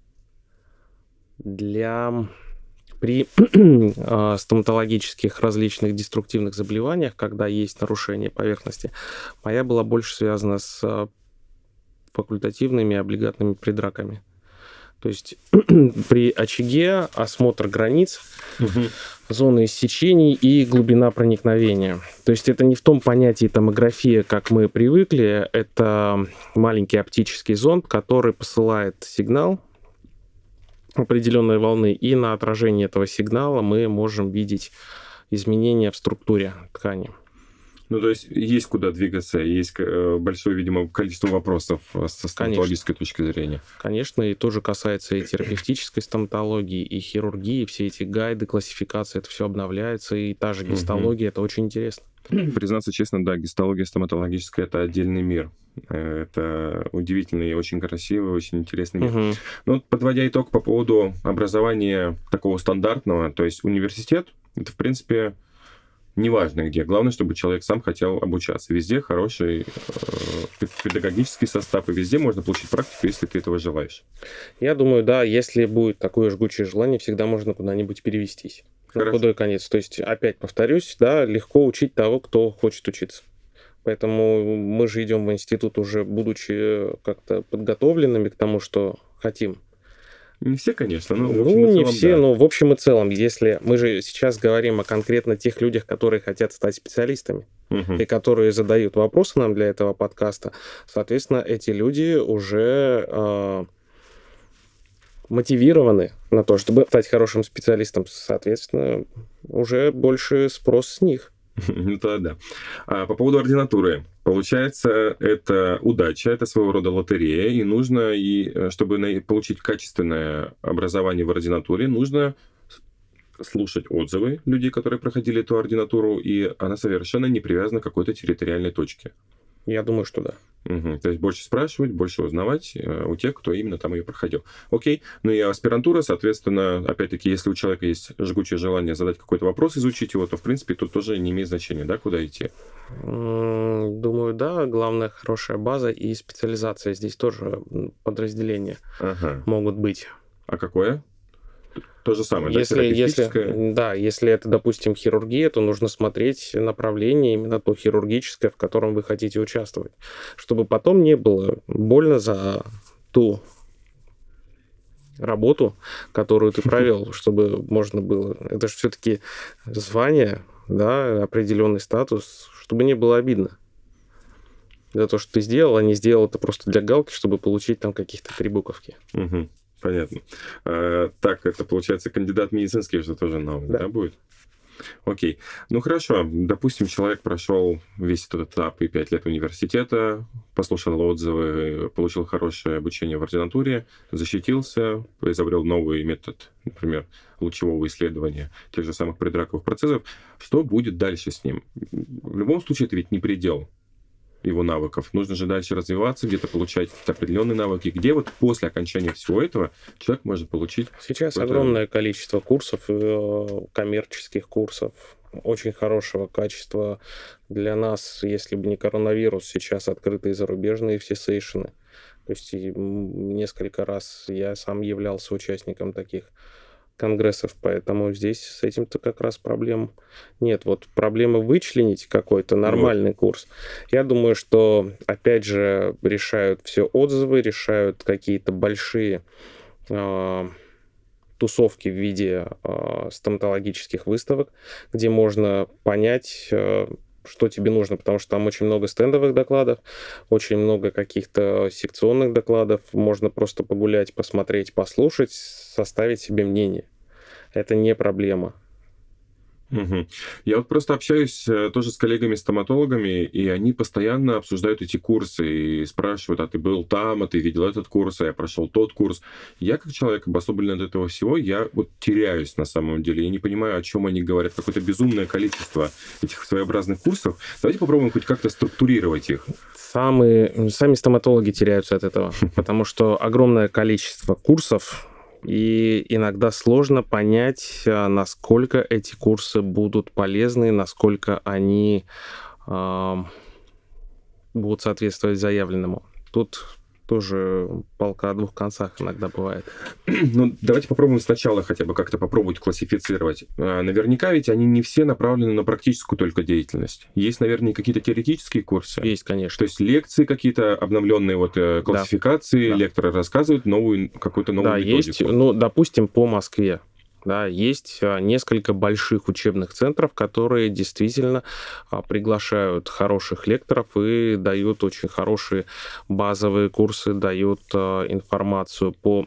B: для при стоматологических различных деструктивных заболеваниях, когда есть нарушение поверхности. Моя была больше связана с факультативными облигатными предраками. То есть при очаге осмотр границ, угу. зоны иссечений и глубина проникновения. То есть это не в том понятии томография, как мы привыкли. Это маленький оптический зонд, который посылает сигнал определенной волны, и на отражение этого сигнала мы можем видеть изменения в структуре ткани.
A: Ну, то есть есть куда двигаться, есть большое, видимо, количество вопросов со стоматологической точки зрения.
B: Конечно, и тоже касается и терапевтической стоматологии, и хирургии, все эти гайды, классификации, это все обновляется, и та же гистология, угу. Это очень интересно.
A: Признаться честно, да, гистология стоматологическая – это отдельный мир. Это удивительный и очень красивый, очень интересный мир. Угу. Ну, подводя итог по поводу образования такого стандартного, то есть университет, это, в принципе, неважно где. Главное, чтобы человек сам хотел обучаться. Везде хороший э, педагогический состав, и везде можно получить практику, если ты этого желаешь.
B: Я думаю, да, если будет такое жгучее желание, всегда можно куда-нибудь перевестись. На худой конец. То есть, опять повторюсь, да, легко учить того, кто хочет учиться. Поэтому мы же идем в институт уже, будучи как-то подготовленными к тому, что хотим.
A: Не все, конечно, но в
B: общем ну, и целом, не все, да. но в общем и целом, если мы же сейчас говорим о конкретно тех людях, которые хотят стать специалистами, угу. и которые задают вопросы нам для этого подкаста, соответственно, эти люди уже э, мотивированы на то, чтобы стать хорошим специалистом, соответственно, уже больше спрос с них.
A: Это да. А по поводу ординатуры. Получается, это удача, это своего рода лотерея, и нужно, и, чтобы получить качественное образование в ординатуре, нужно слушать отзывы людей, которые проходили эту ординатуру, и она совершенно не привязана к какой-то территориальной точке.
B: Я думаю, что да.
A: Угу. То есть больше спрашивать, больше узнавать у тех, кто именно там ее проходил. Окей. Ну и аспирантура, соответственно, опять-таки, если у человека есть жгучее желание задать какой-то вопрос, изучить его, то, в принципе, тут тоже не имеет значения, да, куда идти?
B: Думаю, да. Главное, хорошая база и специализация. Здесь тоже подразделения ага. могут быть.
A: А какое? То же самое,
B: если,
A: да,
B: если, да, если это, допустим, хирургия, то нужно смотреть направление именно то хирургическое, в котором вы хотите участвовать, чтобы потом не было больно за ту работу, которую ты провел, чтобы можно было... Это же все-таки звание, да, определенный статус, чтобы не было обидно. за то, что ты сделал, а не сделал это просто для галки, чтобы получить там каких-то три буковки.
A: Угу. Понятно. А, так, это получается кандидат медицинский, что тоже навык, да, да будет? Окей. Ну хорошо, допустим, человек прошел весь этот этап и пять лет университета, послушал отзывы, получил хорошее обучение в ординатуре, защитился, изобрел новый метод, например, лучевого исследования тех же самых предраковых процессов. Что будет дальше с ним? В любом случае, это ведь не предел его навыков. Нужно же дальше развиваться, где-то получать какие-то определенные навыки. Где вот после окончания всего этого человек может получить...
B: Сейчас огромное количество курсов, коммерческих курсов, очень хорошего качества. Для нас, если бы не коронавирус, сейчас открыты и зарубежные все сейшены. То есть несколько раз я сам являлся участником таких конгрессов, поэтому здесь с этим-то как раз проблем нет. Вот проблема вычленить какой-то нормальный вот. курс. Я думаю, что, опять же, решают все отзывы, решают какие-то большие э, тусовки в виде э, стоматологических выставок, где можно понять, э, что тебе нужно, потому что там очень много стендовых докладов, очень много каких-то секционных докладов. Можно просто погулять, посмотреть, послушать, составить себе мнение. Это не проблема.
A: Угу. Я вот просто общаюсь тоже с коллегами-стоматологами, и они постоянно обсуждают эти курсы и спрашивают, а ты был там, а ты видел этот курс, а я прошел тот курс. Я, как человек, обособленный от этого всего, я вот теряюсь на самом деле. Я не понимаю, о чем они говорят. Какое-то безумное количество этих своеобразных курсов. Давайте попробуем хоть как-то структурировать их.
B: Самые, сами стоматологи теряются от этого, потому что огромное количество курсов, и иногда сложно понять, насколько эти курсы будут полезны, насколько они э, будут соответствовать заявленному. Тут тоже палка о двух концах иногда бывает.
A: Ну, давайте попробуем сначала хотя бы как-то попробовать классифицировать. Наверняка ведь они не все направлены на практическую только деятельность. Есть, наверное, какие-то теоретические курсы.
B: Есть, конечно.
A: То есть лекции какие-то, обновленные вот классификации, да. лекторы рассказывают новую, какую-то новую
B: да,
A: методику.
B: Есть, ну, допустим, по Москве. Да, есть несколько больших учебных центров, которые действительно приглашают хороших лекторов и дают очень хорошие базовые курсы, дают информацию по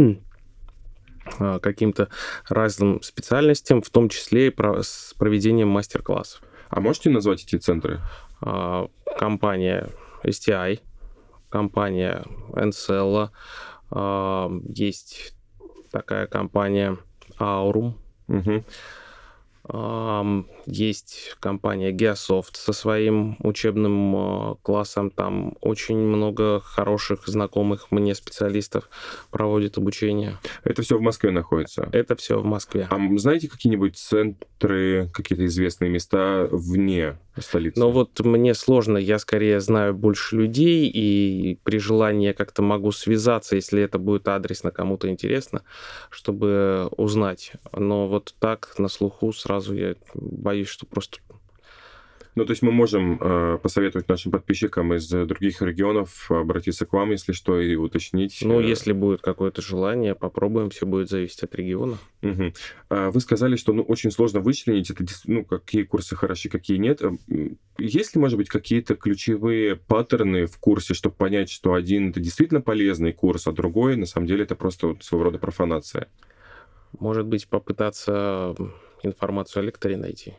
B: каким-то разным специальностям, в том числе и с проведением мастер-классов.
A: А можете назвать эти центры?
B: Компания эс ти ай, компания Encella, есть такая компания Aurum.
A: Угу.
B: Есть компания Geosoft со своим учебным классом. Там очень много хороших, знакомых мне специалистов проводит обучение.
A: Это все в Москве находится?
B: Это все в Москве.
A: А знаете какие-нибудь центры, какие-то известные места вне столицы?
B: Ну вот мне сложно, я скорее знаю больше людей, и при желании как-то могу связаться, если это будет адресно кому-то интересно, чтобы узнать. Но вот так на слуху сразу я боюсь, что просто...
A: Ну, то есть мы можем э, посоветовать нашим подписчикам из других регионов обратиться к вам, если что, и уточнить.
B: Ну, если будет какое-то желание, попробуем, все будет зависеть от региона.
A: Угу. А вы сказали, что ну, очень сложно вычленить, это, ну, какие курсы хороши, какие нет. Есть ли, может быть, какие-то ключевые паттерны в курсе, чтобы понять, что один это действительно полезный курс, а другой, на самом деле, это просто вот своего рода профанация?
B: Может быть, попытаться информацию о лекторе найти.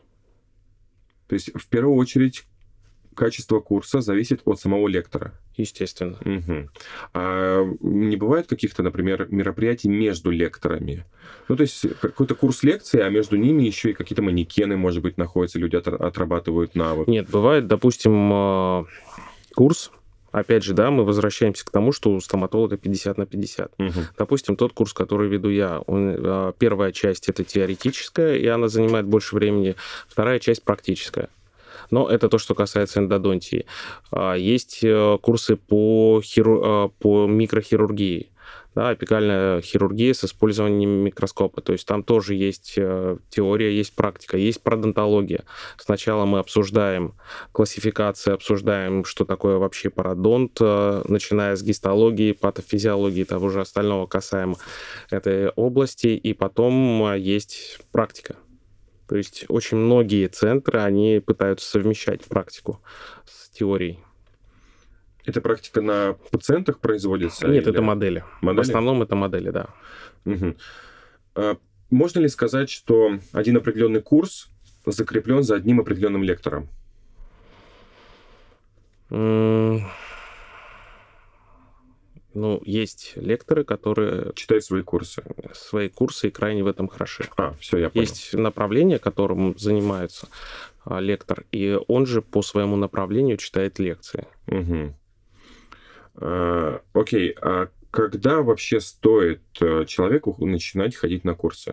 A: То есть, в первую очередь, качество курса зависит от самого лектора.
B: Естественно.
A: Угу. А не бывает каких-то, например, мероприятий между лекторами? Ну, то есть, какой-то курс лекции, а между ними еще и какие-то манекены, может быть, находятся, люди отрабатывают навык.
B: Нет, бывает, допустим, курс. Опять же, да, мы возвращаемся к тому, что у стоматолога пятьдесят на пятьдесят.
A: Угу.
B: Допустим, тот курс, который веду я, он, первая часть — это теоретическая, и она занимает больше времени. Вторая часть — практическая. Но это то, что касается эндодонтии. Есть курсы по, хиру... по микрохирургии. Да, апикальная хирургия с использованием микроскопа. То есть там тоже есть теория, есть практика, есть пародонтология. Сначала мы обсуждаем классификации, обсуждаем, что такое вообще пародонт, начиная с гистологии, патофизиологии, того же остального касаемо этой области. И потом есть практика. То есть очень многие центры, они пытаются совмещать практику с теорией.
A: Эта практика на пациентах производится?
B: Нет,
A: или...
B: это модели.
A: модели.
B: В основном это модели, да.
A: Угу. А можно ли сказать, что один определенный курс закреплен за одним определенным лектором?
B: Mm. Ну, есть лекторы, которые...
A: читают свои курсы.
B: Свои курсы и крайне в этом хороши.
A: А, все, я понял.
B: Есть направление, которым занимается а, лектор, и он же по своему направлению читает лекции.
A: Угу. А, окей, а когда вообще стоит человеку начинать ходить на курсы?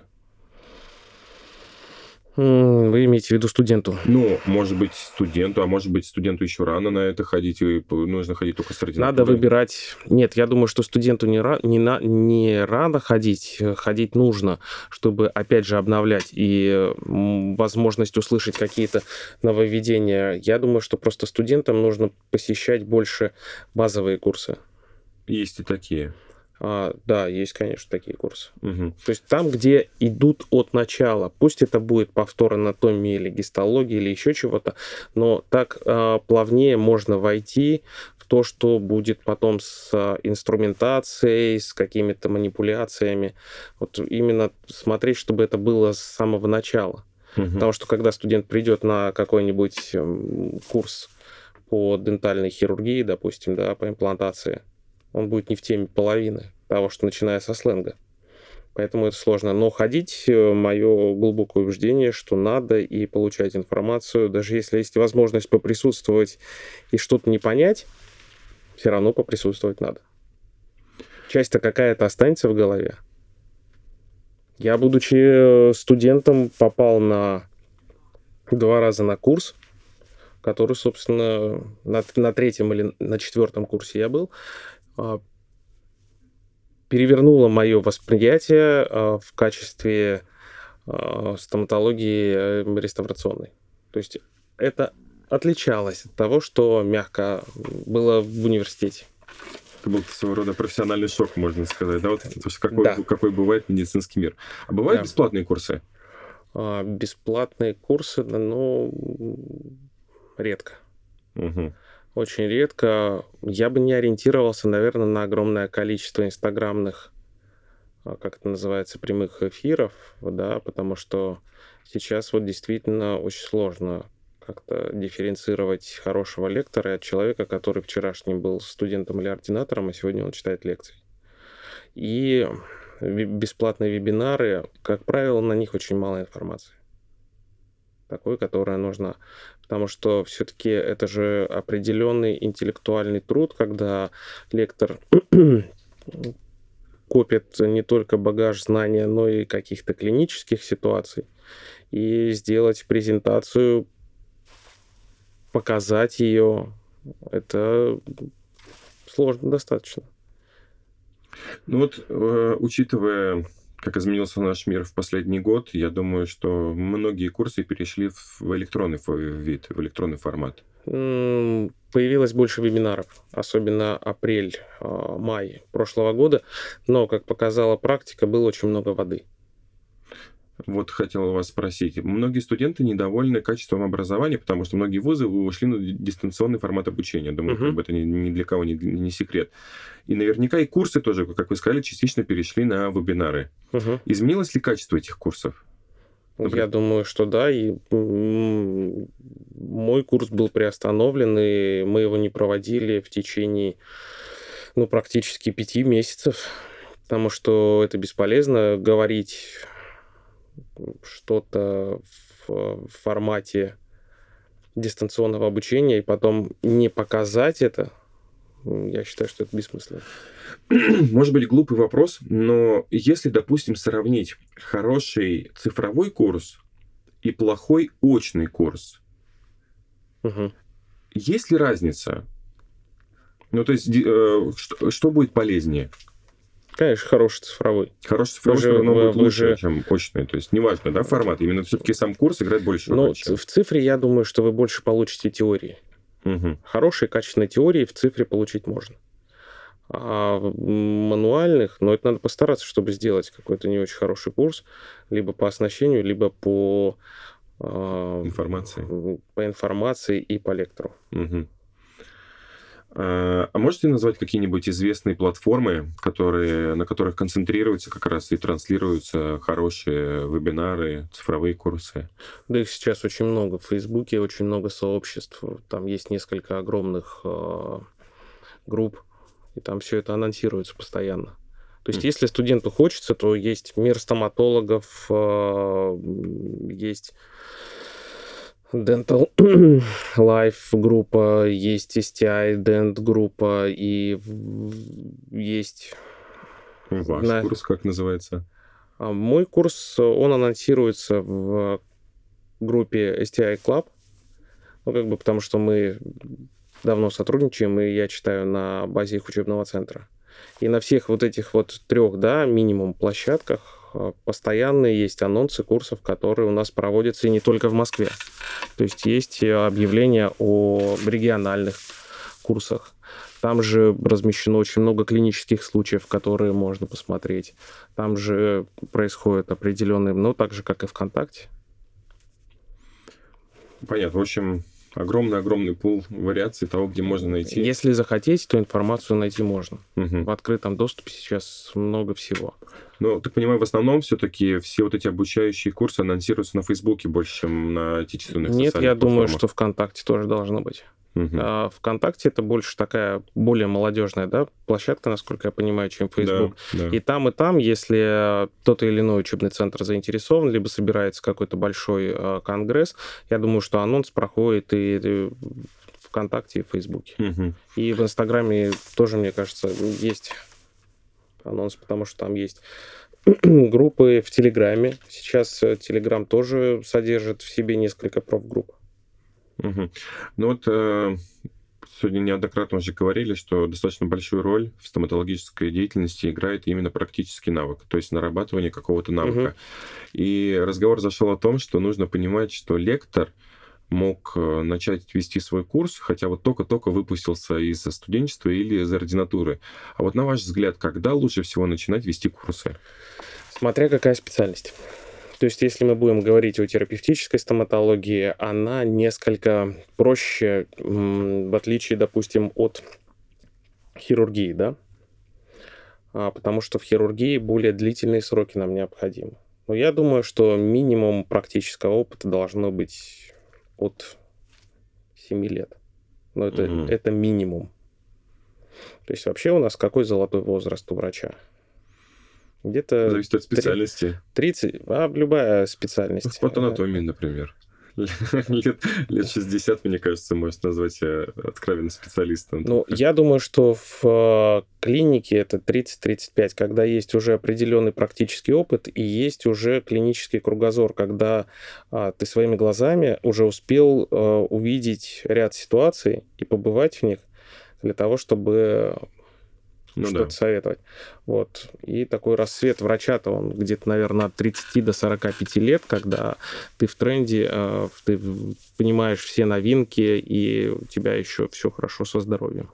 B: Вы имеете в виду студенту?
A: Ну, может быть, студенту, а может быть, студенту еще рано на это ходить, и нужно ходить только с ординатурой.
B: Надо выбирать... Нет, я думаю, что студенту не, ра... не, на... не рано ходить, ходить нужно, чтобы, опять же, обновлять и возможность услышать какие-то нововведения. Я думаю, что просто студентам нужно посещать больше базовые курсы.
A: Есть и такие.
B: А, да, есть, конечно, такие курсы.
A: Угу.
B: То есть там, где идут от начала, пусть это будет повтор анатомии или гистологии или еще чего-то, но так а, плавнее можно войти в то, что будет потом с а, инструментацией, с какими-то манипуляциями. Вот именно смотреть, чтобы это было с самого начала. Угу. Потому что когда студент придет на какой-нибудь курс по дентальной хирургии, допустим, да, по имплантации, он будет не в теме половины того, что начиная со сленга. Поэтому это сложно. Но ходить, мое глубокое убеждение, что надо и получать информацию. Даже если есть возможность поприсутствовать и что-то не понять, все равно поприсутствовать надо. Часть-то какая-то останется в голове. Я, будучи студентом, попал на два раза на курс, который, собственно, на, на третьем или на четвертом курсе я был, перевернуло мое восприятие в качестве стоматологии реставрационной. То есть это отличалось от того, что мягко было в университете.
A: Это был своего рода профессиональный шок, можно сказать. Да, вот это, какой,
B: да.
A: какой бывает медицинский мир. А бывают да. бесплатные курсы?
B: Бесплатные курсы, ну, редко.
A: Угу.
B: Очень редко. Я бы не ориентировался, наверное, на огромное количество инстаграмных, как это называется, прямых эфиров, да, потому что сейчас вот действительно очень сложно как-то дифференцировать хорошего лектора от человека, который вчерашним был студентом или ординатором, а сегодня он читает лекции. И бесплатные вебинары, как правило, на них очень мало информации. Такой, которая нужна. Потому что все-таки это же определенный интеллектуальный труд, когда лектор копит не только багаж знания, но и каких-то клинических ситуаций. И сделать презентацию, показать ее, это сложно достаточно.
A: Ну вот, э, учитывая, как изменился наш мир в последний год, я думаю, что многие курсы перешли в электронный вид, в электронный формат.
B: Появилось больше вебинаров, особенно апрель-май прошлого года, но, как показала практика, было очень много воды.
A: Вот хотел вас спросить. Многие студенты недовольны качеством образования, потому что многие вузы ушли на дистанционный формат обучения. Думаю, uh-huh. как бы это ни, ни для кого не, не секрет. И наверняка и курсы тоже, как вы сказали, частично перешли на вебинары. Uh-huh. Изменилось ли качество этих курсов?
B: Например? Я думаю, что да. И мой курс был приостановлен, и мы его не проводили в течение ну, практически пяти месяцев, потому что это бесполезно говорить что-то в формате дистанционного обучения и потом не показать это, я считаю, что это бессмысленно.
A: Может быть, глупый вопрос, но если, допустим, сравнить хороший цифровой курс и плохой очный курс, угу. есть ли разница? Ну, то есть, э, что, что будет полезнее?
B: Конечно, хороший цифровой.
A: Хороший цифровой все равно будет лучше, же... чем очный. То есть, неважно, да, формат. Именно все-таки сам курс играет больше роль.
B: Ну, чем... в цифре, я думаю, что вы больше получите теории. Угу. Хорошие, качественные теории в цифре получить можно. А в мануальных, ну, это надо постараться, чтобы сделать какой-то не очень хороший курс, либо по оснащению, либо по...
A: Информации.
B: По информации и по лектору.
A: Угу. А можете назвать какие-нибудь известные платформы, которые, на которых концентрируются как раз и транслируются хорошие вебинары, цифровые курсы?
B: Да их сейчас очень много. В Фейсбуке очень много сообществ. Там есть несколько огромных э, групп, и там все это анонсируется постоянно. То есть, mm. если студенту хочется, то есть мир стоматологов, э, есть Dental Life группа, есть эс ти ай Dent группа, и есть...
A: Ваш на... курс как называется?
B: Мой курс, он анонсируется в группе эс ти ай Club, ну, как бы потому что мы давно сотрудничаем, и я читаю на базе их учебного центра. И на всех вот этих вот трех, да, минимум площадках постоянно есть анонсы курсов, которые у нас проводятся и не только в Москве. То есть есть объявления о региональных курсах. Там же размещено очень много клинических случаев, которые можно посмотреть. Там же происходят определенные, ну, так же, как и ВКонтакте.
A: Понятно. В общем, огромный-огромный пул вариаций того, где можно найти.
B: Если захотеть, то информацию найти можно.
A: Угу.
B: В открытом доступе сейчас много всего.
A: Ну, так понимаю, в основном все-таки все вот эти обучающие курсы анонсируются на Фейсбуке больше, чем на отечественных
B: Нет,
A: социальных
B: я думаю,
A: платформах.
B: что ВКонтакте тоже должно быть.
A: Угу.
B: А ВКонтакте это больше такая более молодежная, да, площадка, насколько я понимаю, чем Фейсбук.
A: Да, да.
B: И там, и там, если тот или иной учебный центр заинтересован, либо собирается какой-то большой э, конгресс, я думаю, что анонс проходит и, и ВКонтакте, и в Фейсбуке.
A: Угу.
B: И в Инстаграме тоже, мне кажется, есть анонс, потому что там есть группы в Телеграме. Сейчас Телеграм тоже содержит в себе несколько профгрупп.
A: Угу. Ну вот э, сегодня неоднократно уже говорили, что достаточно большую роль в стоматологической деятельности играет именно практический навык, то есть нарабатывание какого-то навыка. Угу. И разговор зашел о том, что нужно понимать, что лектор мог начать вести свой курс, хотя вот только-только выпустился из студенчества или из ординатуры. А вот на ваш взгляд, когда лучше всего начинать вести курсы?
B: Смотря какая специальность. То есть, если мы будем говорить о терапевтической стоматологии, она несколько проще, в отличие, допустим, от хирургии, да? А, потому что в хирургии более длительные сроки нам необходимы. Но я думаю, что минимум практического опыта должно быть от семи лет. Но это, mm-hmm. это минимум. То есть, вообще у нас какой золотой возраст у врача? Где-то...
A: Зависит от специальности.
B: тридцать, а любая специальность.
A: Вот анатомия, например. Лет, лет шестьдесят, мне кажется, можно назвать себя откровенным специалистом.
B: Ну, я думаю, что в клинике это тридцать-тридцать пять, когда есть уже определенный практический опыт и есть уже клинический кругозор, когда а, ты своими глазами уже успел а, увидеть ряд ситуаций и побывать в них для того, чтобы... Ну, что-то да. советовать. Вот. И такой рассвет врача-то, он где-то, наверное, от тридцати до сорока пяти лет, когда ты в тренде, э, ты понимаешь все новинки, и у тебя еще все хорошо со здоровьем.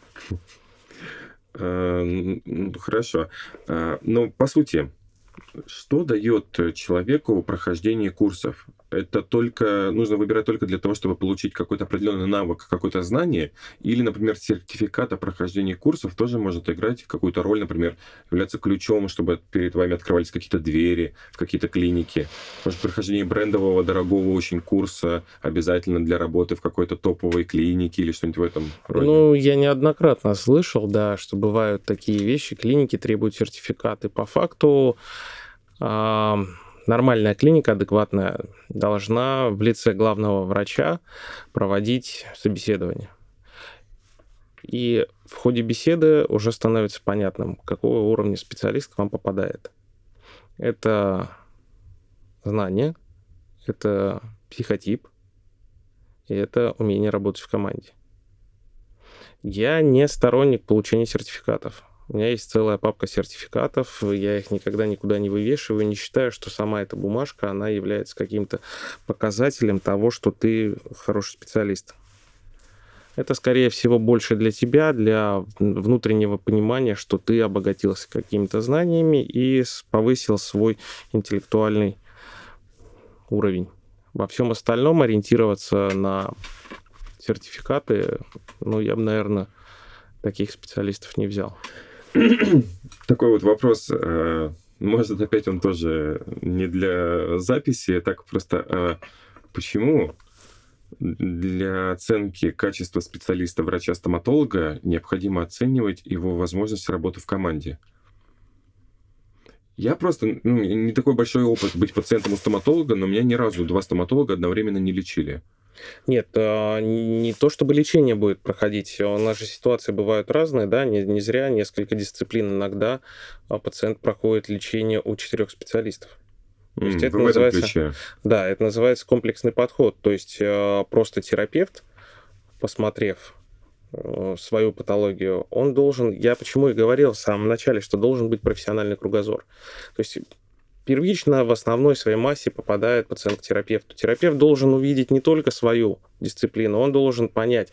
A: Хорошо. Ну, по сути, что дает человеку прохождение курсов? Это только нужно выбирать только для того, чтобы получить какой-то определенный навык, какое-то знание, или, например, сертификат о прохождении курсов тоже может играть какую-то роль, например, являться ключом, чтобы перед вами открывались какие-то двери в какие-то клиники. Может, прохождение брендового, дорогого очень курса обязательно для работы в какой-то топовой клинике или что-нибудь в этом роде?
B: Ну, я неоднократно слышал, да, что бывают такие вещи, клиники требуют сертификаты. По факту... А... Нормальная клиника, адекватная, должна в лице главного врача проводить собеседование. И в ходе беседы уже становится понятным, какого уровня специалист к вам попадает. Это знание, это психотип, и это умение работать в команде. Я не сторонник получения сертификатов. У меня есть целая папка сертификатов, я их никогда никуда не вывешиваю, не считаю, что сама эта бумажка, она является каким-то показателем того, что ты хороший специалист. Это, скорее всего, больше для тебя, для внутреннего понимания, что ты обогатился какими-то знаниями и повысил свой интеллектуальный уровень. Во всем остальном ориентироваться на сертификаты, ну, я бы, наверное, таких специалистов не взял.
A: Такой вот вопрос, может, опять он тоже не для записи, так просто, почему для оценки качества специалиста врача-стоматолога необходимо оценивать его возможность работы в команде? Я просто, ну, не такой большой опыт быть пациентом у стоматолога, но меня ни разу два стоматолога одновременно не лечили.
B: Нет, не то чтобы лечение будет проходить. У нас же ситуации бывают разные, да, не, не зря несколько дисциплин. Иногда пациент проходит лечение у четырех специалистов. То есть
A: mm,
B: это называется, да, это называется комплексный подход. То есть просто терапевт, посмотрев свою патологию, он должен, я почему и говорил в самом начале, что должен быть профессиональный кругозор. То есть первично в основной своей массе попадает пациент к терапевту. Терапевт должен увидеть не только свою дисциплину, он должен понять,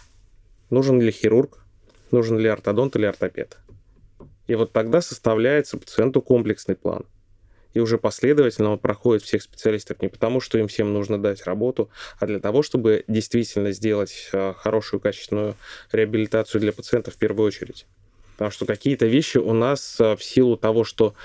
B: нужен ли хирург, нужен ли ортодонт или ортопед. И вот тогда составляется пациенту комплексный план. И уже последовательно он проходит всех специалистов не потому, что им всем нужно дать работу, а для того, чтобы действительно сделать хорошую, качественную реабилитацию для пациента в первую очередь. Потому что какие-то вещи у нас в силу того, что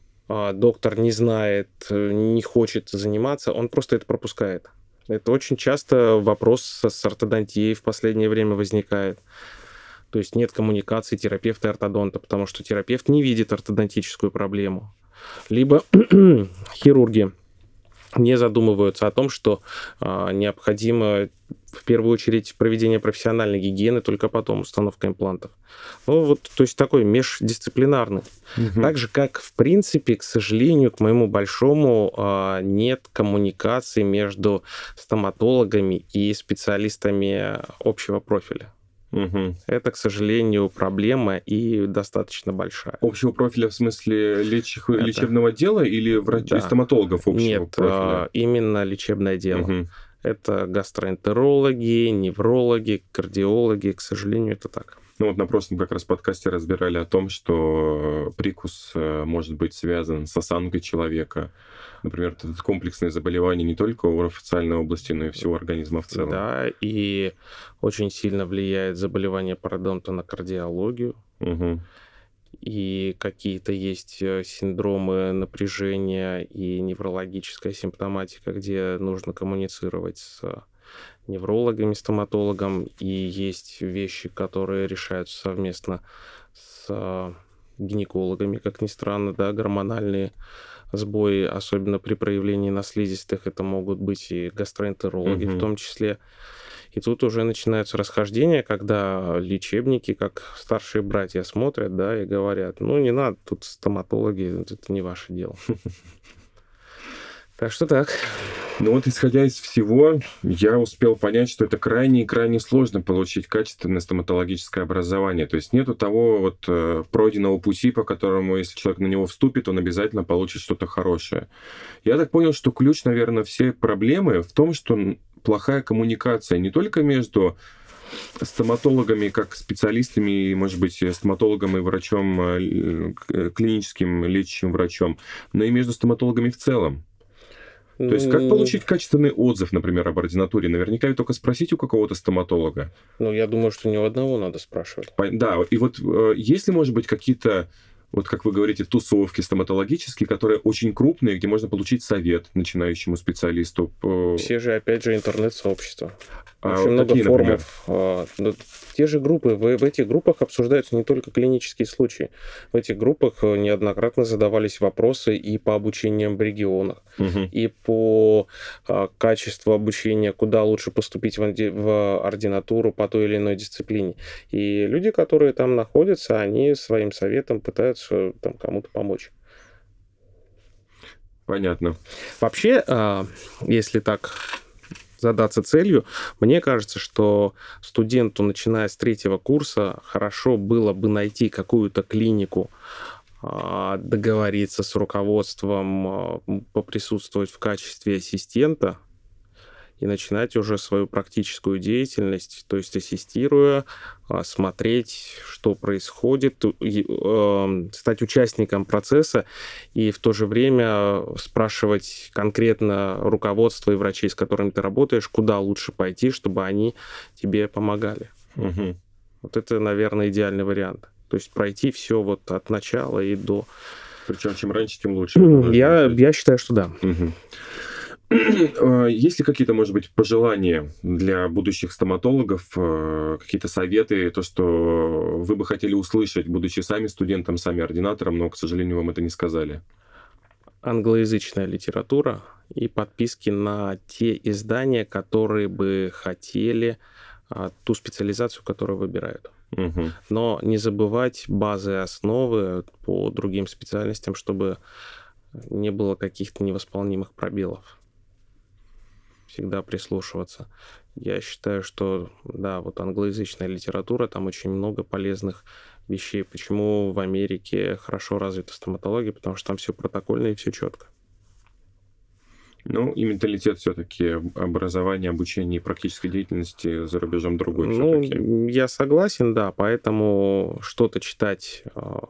B: доктор не знает, не хочет заниматься, он просто это пропускает. Это очень часто вопрос с ортодонтией в последнее время возникает. То есть нет коммуникации терапевта и ортодонта, потому что терапевт не видит ортодонтическую проблему. Либо хирурги не задумываются о том, что а, необходимо в первую очередь проведение профессиональной гигиены, только потом установка имплантов. Ну вот, то есть такой междисциплинарный. Угу. Так же, как, в принципе, к сожалению, к моему большому, а, нет коммуникации между стоматологами и специалистами общего профиля. Угу. Это, к сожалению, проблема и достаточно большая.
A: Общего профиля в смысле леч... Это... лечебного дела или врач... да. стоматологов общего
B: Нет,
A: профиля?
B: Нет, именно лечебное дело.
A: Угу.
B: Это гастроэнтерологи, неврологи, кардиологи. К сожалению, это так.
A: Ну вот на прошлом как раз подкасте разбирали о том, что прикус может быть связан с осанкой человека. Например, это комплексное заболевание не только у официальной области, но и всего организма в целом.
B: Да, и очень сильно влияет заболевание пародонта на кардиологию.
A: Угу.
B: И какие-то есть синдромы напряжения и неврологическая симптоматика, где нужно коммуницировать с неврологами, стоматологом, и есть вещи, которые решаются совместно с гинекологами, как ни странно, да, гормональные сбои, особенно при проявлении на слизистых, это могут быть и гастроэнтерологи mm-hmm. в том числе. И тут уже начинаются расхождения, когда лечебники, как старшие братья, смотрят, да, и говорят, ну, не надо, тут стоматологи, это не ваше дело. Так что так.
A: Ну вот, исходя из всего, я успел понять, что это крайне и крайне сложно получить качественное стоматологическое образование. То есть нету того вот э, пройденного пути, по которому, если человек на него вступит, он обязательно получит что-то хорошее. Я так понял, что ключ, наверное, все проблемы в том, что плохая коммуникация не только между стоматологами, как специалистами, может быть, стоматологом и врачом, клиническим лечащим врачом, но и между стоматологами в целом. То есть как получить качественный отзыв, например, об ординатуре? Наверняка только спросить у какого-то стоматолога.
B: Ну, я думаю, что ни у одного надо спрашивать.
A: Да, и вот есть ли, может быть, какие-то, вот как вы говорите, тусовки стоматологические, которые очень крупные, где можно получить совет начинающему специалисту?
B: Все же, опять же, интернет-сообщества.
A: А
B: очень много
A: какие,
B: форумов. А, те же группы. В, в этих группах обсуждаются не только клинические случаи. В этих группах неоднократно задавались вопросы и по обучениям в регионах,
A: угу.
B: и по а, качеству обучения, куда лучше поступить в, в ординатуру по той или иной дисциплине. И люди, которые там находятся, они своим советом пытаются там, кому-то помочь.
A: Понятно.
B: Вообще, а, если так задаться целью, мне кажется, что студенту, начиная с третьего курса, хорошо было бы найти какую-то клинику, договориться с руководством, поприсутствовать в качестве ассистента и начинать уже свою практическую деятельность, то есть ассистируя, смотреть, что происходит, стать участником процесса и в то же время спрашивать конкретно руководство и врачей, с которыми ты работаешь, куда лучше пойти, чтобы они тебе помогали.
A: Угу.
B: Вот это, наверное, идеальный вариант. То есть пройти все вот от начала и до...
A: Причем чем раньше, тем лучше.
B: Я, я считаю, что да.
A: Угу. Есть ли какие-то, может быть, пожелания для будущих стоматологов, какие-то советы, то, что вы бы хотели услышать, будучи сами студентом, сами ординатором, но, к сожалению, вам это не сказали?
B: Англоязычная литература и подписки на те издания, которые бы хотели ту специализацию, которую выбирают.
A: Угу.
B: Но не забывать базы и основы по другим специальностям, чтобы не было каких-то невосполнимых пробелов. Всегда прислушиваться. Я считаю, что, да, вот англоязычная литература, там очень много полезных вещей. Почему в Америке хорошо развита стоматология? Потому что там все протокольно и все четко.
A: Ну, и менталитет все-таки, образование, обучение и практической деятельности за рубежом другой
B: Ну,
A: все-таки.
B: я согласен, да, поэтому что-то читать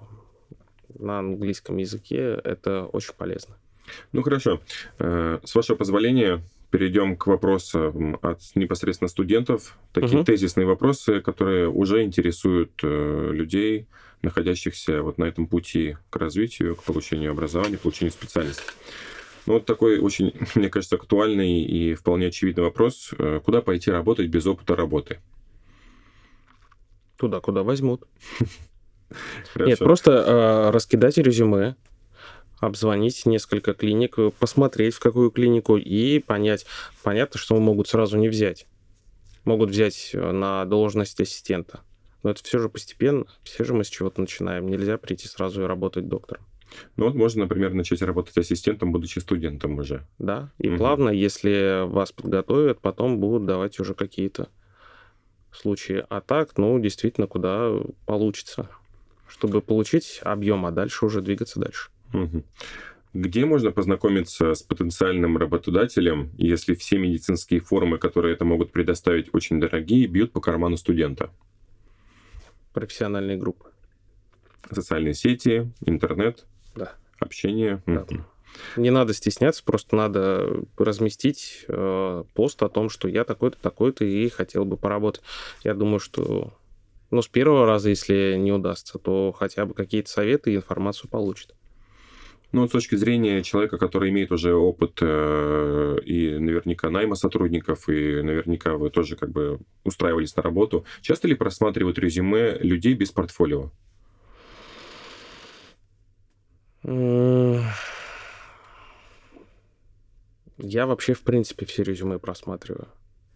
B: на английском языке — это очень полезно.
A: Ну, хорошо. С вашего позволения перейдем к вопросам от непосредственно студентов. Такие угу. тезисные вопросы, которые уже интересуют людей, находящихся вот на этом пути к развитию, к получению образования, получению специальности. Ну, вот такой очень, мне кажется, актуальный и вполне очевидный вопрос. Куда пойти работать без опыта работы?
B: Туда, куда возьмут. Нет, просто э, раскидать резюме, обзвонить несколько клиник, посмотреть, в какую клинику, и понять. Понятно, что могут сразу не взять. Могут взять на должность ассистента. Но это все же постепенно. Все же мы с чего-то начинаем. Нельзя прийти сразу и работать доктором.
A: Ну вот можно, например, начать работать ассистентом, будучи студентом уже.
B: Да, и
A: угу.
B: плавно, если вас подготовят, потом будут давать уже какие-то случаи. А так, ну, действительно, куда получится, чтобы получить объем, а дальше уже двигаться дальше.
A: Угу. Где можно познакомиться с потенциальным работодателем, если все медицинские формы, которые это могут предоставить, очень дорогие, бьют по карману студента?
B: Профессиональные группы.
A: Социальные сети, интернет,
B: да.
A: общение.
B: Да. Угу. Не надо стесняться, просто надо разместить э, пост о том, что я такой-то, такой-то и хотел бы поработать. Я думаю, что ну, с первого раза, если не удастся, то хотя бы какие-то советы и информацию получит.
A: Ну, с точки зрения человека, который имеет уже опыт э, и наверняка найма сотрудников, и наверняка вы тоже как бы устраивались на работу, часто ли просматривают резюме людей без портфолио?
B: Я вообще, в принципе, все резюме просматриваю.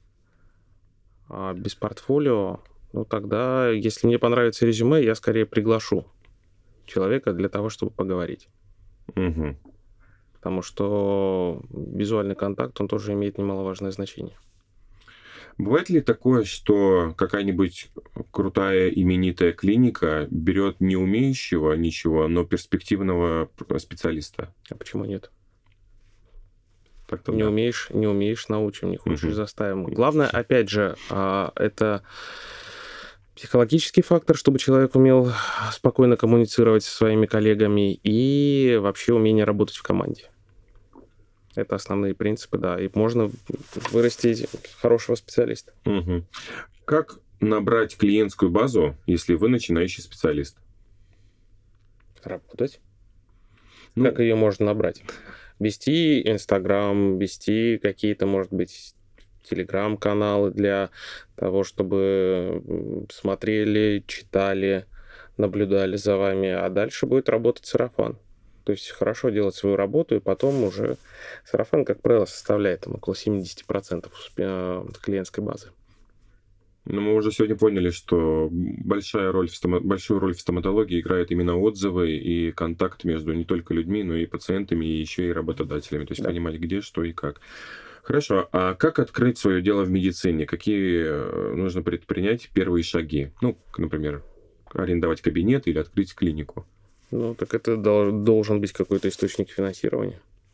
B: А без портфолио, ну, тогда, если мне понравится резюме, я скорее приглашу человека для того, чтобы поговорить.
A: Угу.
B: Потому что визуальный контакт, он тоже имеет немаловажное значение.
A: Бывает ли такое, что какая-нибудь крутая именитая клиника берет не умеющего ничего, но перспективного специалиста?
B: А почему нет?
A: Так-то
B: не
A: да.
B: умеешь, не умеешь, научим, не хочешь,
A: Угу.
B: заставим. Главное, опять же, это психологический фактор, чтобы человек умел спокойно коммуницировать со своими коллегами, и вообще умение работать в команде. Это основные принципы, да. И можно вырастить хорошего специалиста.
A: Угу. Как набрать клиентскую базу, если вы начинающий специалист?
B: Работать.
A: Ну,
B: как ее можно набрать? Вести Инстаграм, вести какие-то, может быть, Телеграм-каналы для того, чтобы смотрели, читали, наблюдали за вами, а дальше будет работать сарафан. То есть хорошо делать свою работу, и потом уже сарафан, как правило, составляет там, около семьдесят процентов клиентской базы.
A: Но мы уже сегодня поняли, что большая роль в стома... большую роль в стоматологии играют именно отзывы и контакт между не только людьми, но и пациентами, и еще и работодателями. То есть да. понимать, где, что и как. Хорошо. А как открыть свое дело в медицине? Какие нужно предпринять первые шаги? Ну, например, арендовать кабинет или открыть клинику?
B: Ну, так это должен быть какой-то источник финансирования.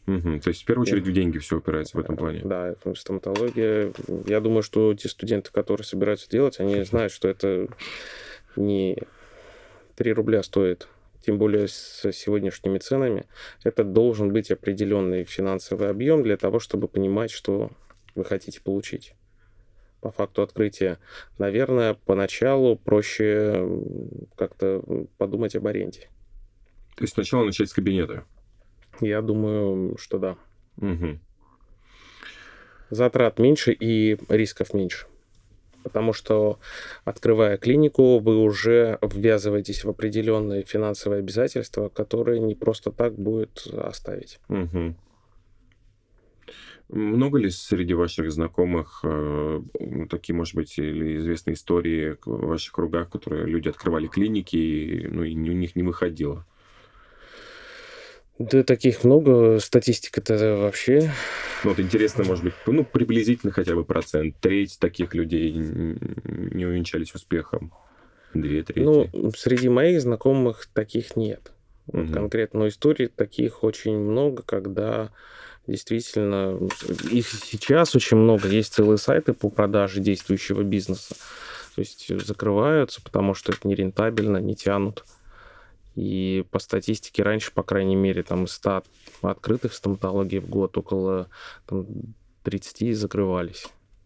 A: Угу. То есть в первую очередь в деньги все упирается в этом плане.
B: Да, это стоматология. Я думаю, что те студенты, которые собираются делать, они знают, что это не три рубля стоит. Тем более с сегодняшними ценами. Это должен быть определенный финансовый объем для того, чтобы понимать, что вы хотите получить. По факту открытия, наверное, поначалу проще как-то подумать об аренде.
A: То есть сначала начать с кабинета?
B: Я думаю, что да.
A: Угу.
B: Затрат меньше и рисков меньше. Потому что, открывая клинику, вы уже ввязываетесь в определенные финансовые обязательства, которые не просто так будет оставить.
A: Угу. Много ли среди ваших знакомых э, такие, может быть, или известные истории в ваших кругах, которые люди открывали клиники, и, ну, и у них не выходило?
B: Да, таких много. Статистика-то вообще...
A: Ну, вот интересно, может быть, ну, приблизительно хотя бы процент. Треть таких людей не увенчались успехом. Две трети.
B: Ну, среди моих знакомых таких нет. Вот
A: Мгм.
B: конкретно, но историй таких очень много, когда действительно... Их сейчас очень много. Есть целые сайты по продаже действующего бизнеса. То есть закрываются, потому что это нерентабельно, не тянут. И по статистике раньше, по крайней мере, там из ста открытых стоматологий в год около там, тридцать закрывались.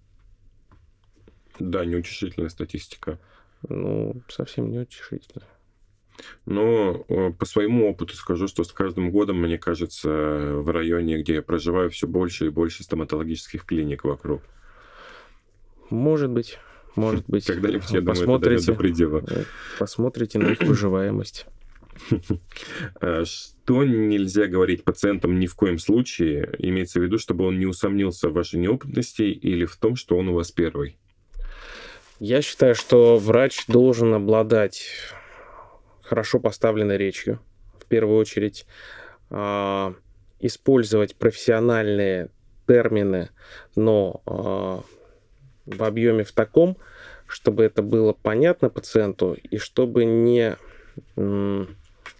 A: Да, неутешительная статистика.
B: Ну, совсем неутешительно.
A: Но э, по своему опыту скажу, что с каждым годом, мне кажется, в районе, где я проживаю, все больше и больше стоматологических клиник вокруг.
B: Может быть, может быть.
A: Когда-нибудь, я думаю, это дойдет
B: Посмотрите,
A: до предела.
B: посмотрите на их выживаемость.
A: А Что нельзя говорить пациентам ни в коем случае? Имеется в виду, чтобы он не усомнился в вашей неопытности или в том, что он у вас первый.
B: Я считаю, что врач должен обладать хорошо поставленной речью, в первую очередь, а, использовать профессиональные термины, но а, в объеме в таком, чтобы это было понятно пациенту и чтобы не м,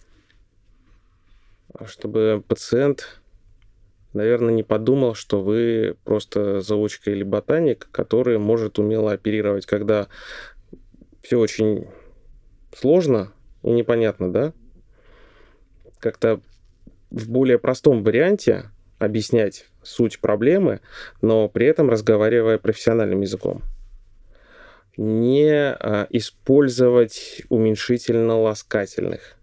B: чтобы пациент, наверное, не подумал, что вы просто заучка или ботаник, который может умело оперировать, когда все очень сложно и непонятно, да? Как-то в более простом варианте объяснять суть проблемы, но при этом разговаривая профессиональным языком. Не а, использовать уменьшительно-ласкательных.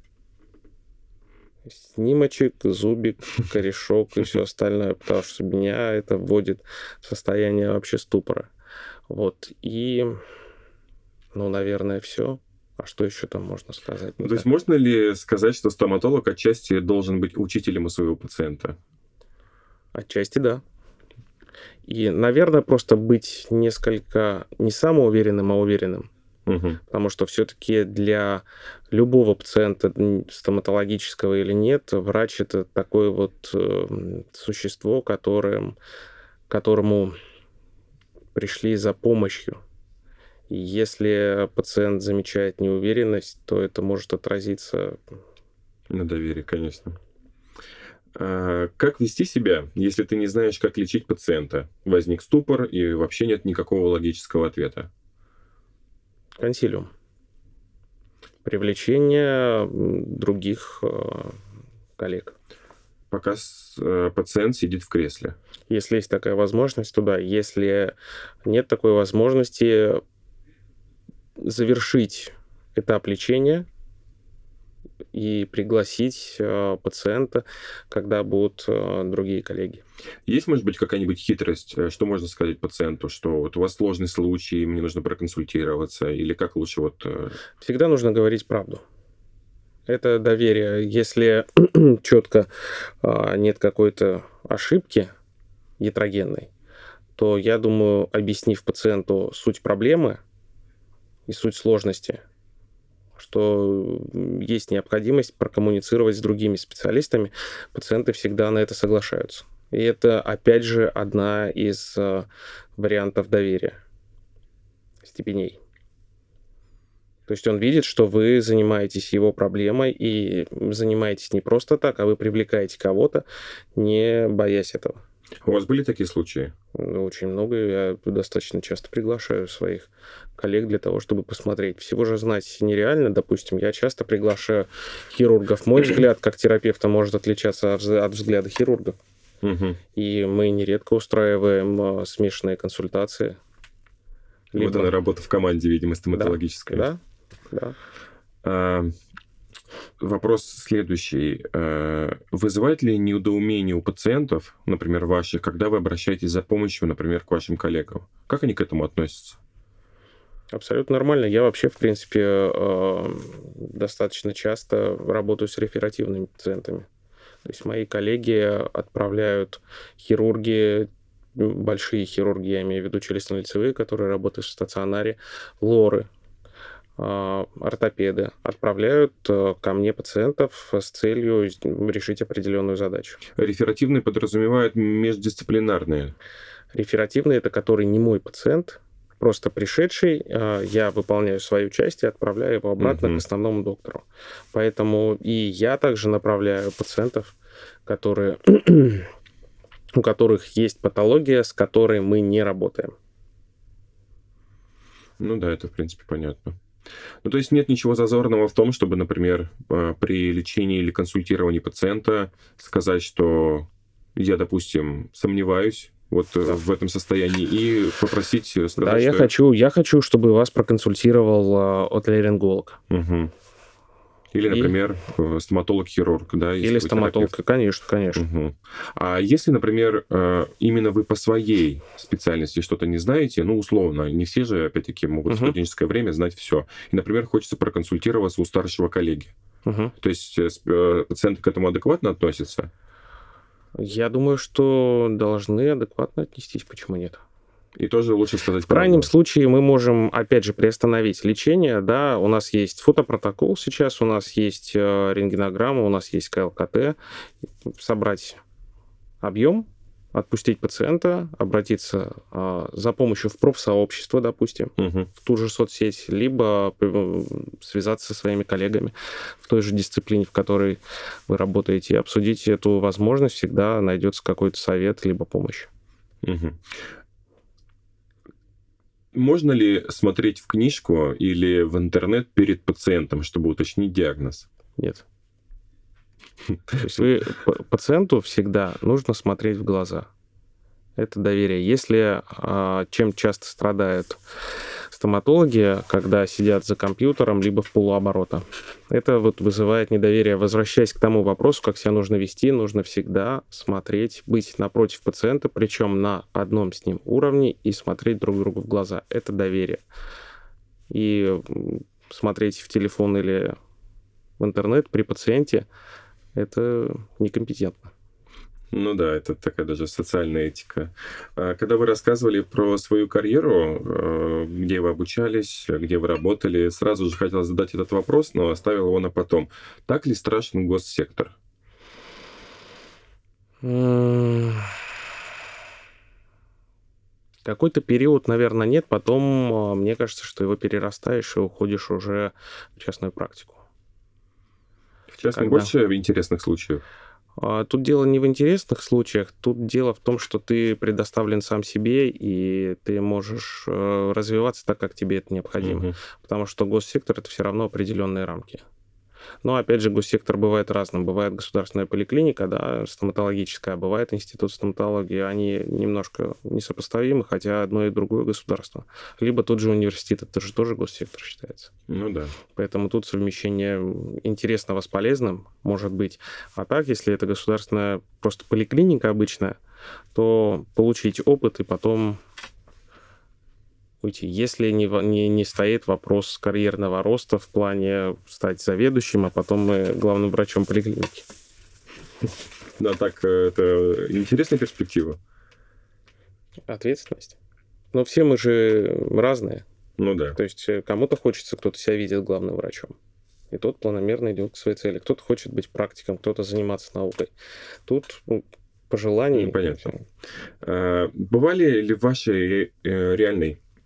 B: Снимочек, зубик, корешок и все остальное, потому что меня это вводит в состояние вообще ступора. Вот. И, ну, наверное, все. А что еще там можно сказать?
A: Ну, то есть можно ли сказать, что стоматолог отчасти должен быть учителем у своего пациента?
B: Отчасти да. И, наверное, просто быть несколько не самоуверенным, а уверенным.
A: Угу.
B: Потому что все-таки для любого пациента, стоматологического или нет, врач — это такое вот э, существо, которым, которому пришли за помощью. И если пациент замечает неуверенность, то это может отразиться...
A: На доверии, конечно. А как вести себя, если ты не знаешь, как лечить пациента? Возник ступор, и вообще нет никакого логического ответа.
B: Консилиум. Привлечение других э, коллег.
A: Пока с, э, пациент сидит в кресле.
B: Если есть такая возможность, то да. Если нет такой возможности, завершить этап лечения и пригласить э, пациента, когда будут э, другие коллеги.
A: Есть, может быть, какая-нибудь хитрость, что можно сказать пациенту, что вот у вас сложный случай, мне нужно проконсультироваться, или как лучше вот...
B: Всегда нужно говорить правду. Это доверие. Если четко э, нет какой-то ошибки ятрогенной, то, я думаю, объяснив пациенту суть проблемы и суть сложности, что есть необходимость прокоммуницировать с другими специалистами, пациенты всегда на это соглашаются. И это, опять же, одна из э, вариантов доверия, степеней. То есть он видит, что вы занимаетесь его проблемой и занимаетесь не просто так, а вы привлекаете кого-то, не боясь этого.
A: У вас были такие случаи?
B: Очень много. Я достаточно часто приглашаю своих коллег для того, чтобы посмотреть. Всего же знать нереально. Допустим, я часто приглашаю хирургов. Мой взгляд, как терапевта, может отличаться от взгляда хирургов.
A: Угу.
B: И мы нередко устраиваем смешанные консультации.
A: Либо... Вот она работа в команде, видимо, стоматологическая.
B: Да, да.
A: А, вопрос следующий. А, вызывает ли недоумение у пациентов, например, ваших, когда вы обращаетесь за помощью, например, к вашим коллегам? Как они к этому относятся?
B: Абсолютно нормально. Я вообще, в принципе, достаточно часто работаю с реферативными пациентами. То есть мои коллеги отправляют хирурги, большие хирурги, я имею в виду челюстно-лицевые, которые работают в стационаре, лоры, ортопеды, отправляют ко мне пациентов с целью решить определенную задачу.
A: Реферативные подразумевают междисциплинарные?
B: Реферативные – это который не мой пациент, просто пришедший, я выполняю свою часть и отправляю его обратно uh-huh. к основному доктору. Поэтому и я также направляю пациентов, которые, у которых есть патология, с которой мы не работаем.
A: Ну да, это в принципе понятно. Ну, то есть нет ничего зазорного в том, чтобы, например, при лечении или консультировании пациента сказать, что я, допустим, сомневаюсь вот да. в этом состоянии, и попросить сказать,
B: да, я
A: что...
B: хочу, я хочу, чтобы вас проконсультировал отоларинголог.
A: Угу. Или, например, и... стоматолог-хирург, да?
B: Или стоматолог, конечно, конечно.
A: Угу. А если, например, именно вы по своей специальности что-то не знаете, ну, условно, не все же, опять-таки, могут угу. в студенческое время знать все. И, например, хочется проконсультироваться у старшего коллеги. Угу. То есть пациенты к этому адекватно относятся?
B: Я думаю, что должны адекватно отнестись. Почему нет?
A: И тоже лучше сказать
B: В крайнем
A: правду.
B: случае мы можем, опять же, приостановить лечение. Да, у нас есть фотопротокол сейчас, у нас есть рентгенограмма, у нас есть ка эл ка тэ. Собрать объем, отпустить пациента, обратиться а, за помощью в профсообщество, допустим, угу. в ту же соцсеть, либо связаться со своими коллегами в той же дисциплине, в которой вы работаете, и обсудить эту возможность. Всегда найдется какой-то совет, либо помощь.
A: Угу. Можно ли смотреть в книжку или в интернет перед пациентом, чтобы уточнить диагноз?
B: Нет. То есть вы пациенту всегда нужно смотреть в глаза. Это доверие. Если чем часто страдают стоматологи, когда сидят за компьютером, либо в полуоборота, это вот вызывает недоверие. Возвращаясь к тому вопросу, как себя нужно вести, нужно всегда смотреть, быть напротив пациента, причем на одном с ним уровне, и смотреть друг другу в глаза. Это доверие. И смотреть в телефон или в интернет при пациенте — это некомпетентно.
A: Ну да, это такая даже социальная этика. Когда вы рассказывали про свою карьеру, где вы обучались, где вы работали, сразу же хотел задать этот вопрос, но оставил его на потом. Так ли страшен госсектор?
B: Какой-то период, наверное, нет. Потом, мне кажется, что его перерастаешь и уходишь уже в частную практику.
A: В частную Когда... больше интересных случаев?
B: Тут дело не в интересных случаях, тут дело в том, что ты предоставлен сам себе, и ты можешь развиваться так, как тебе это необходимо. Uh-huh. Потому что госсектор — это все равно определенные рамки. Но, опять же, госсектор бывает разным. Бывает государственная поликлиника, да, стоматологическая, а бывает институт стоматологии. Они немножко несопоставимы, хотя одно и другое государство. Либо тот же университет, это же тоже госсектор считается.
A: Ну да.
B: Поэтому тут совмещение интересного с полезным может быть. А так, если это государственная просто поликлиника обычная, то получить опыт и потом уйти. Если не, не, не стоит вопрос карьерного роста в плане стать заведующим, а потом и главным врачом поликлиники.
A: Да, так, это интересная перспектива.
B: Ответственность. Но все мы же разные.
A: Ну да.
B: То есть кому-то хочется, кто-то себя видит главным врачом. И тот планомерно идет к своей цели. Кто-то хочет быть практиком, кто-то заниматься наукой. Тут ну, пожеланий...
A: Понятно. А, бывали ли в вашей э, реальной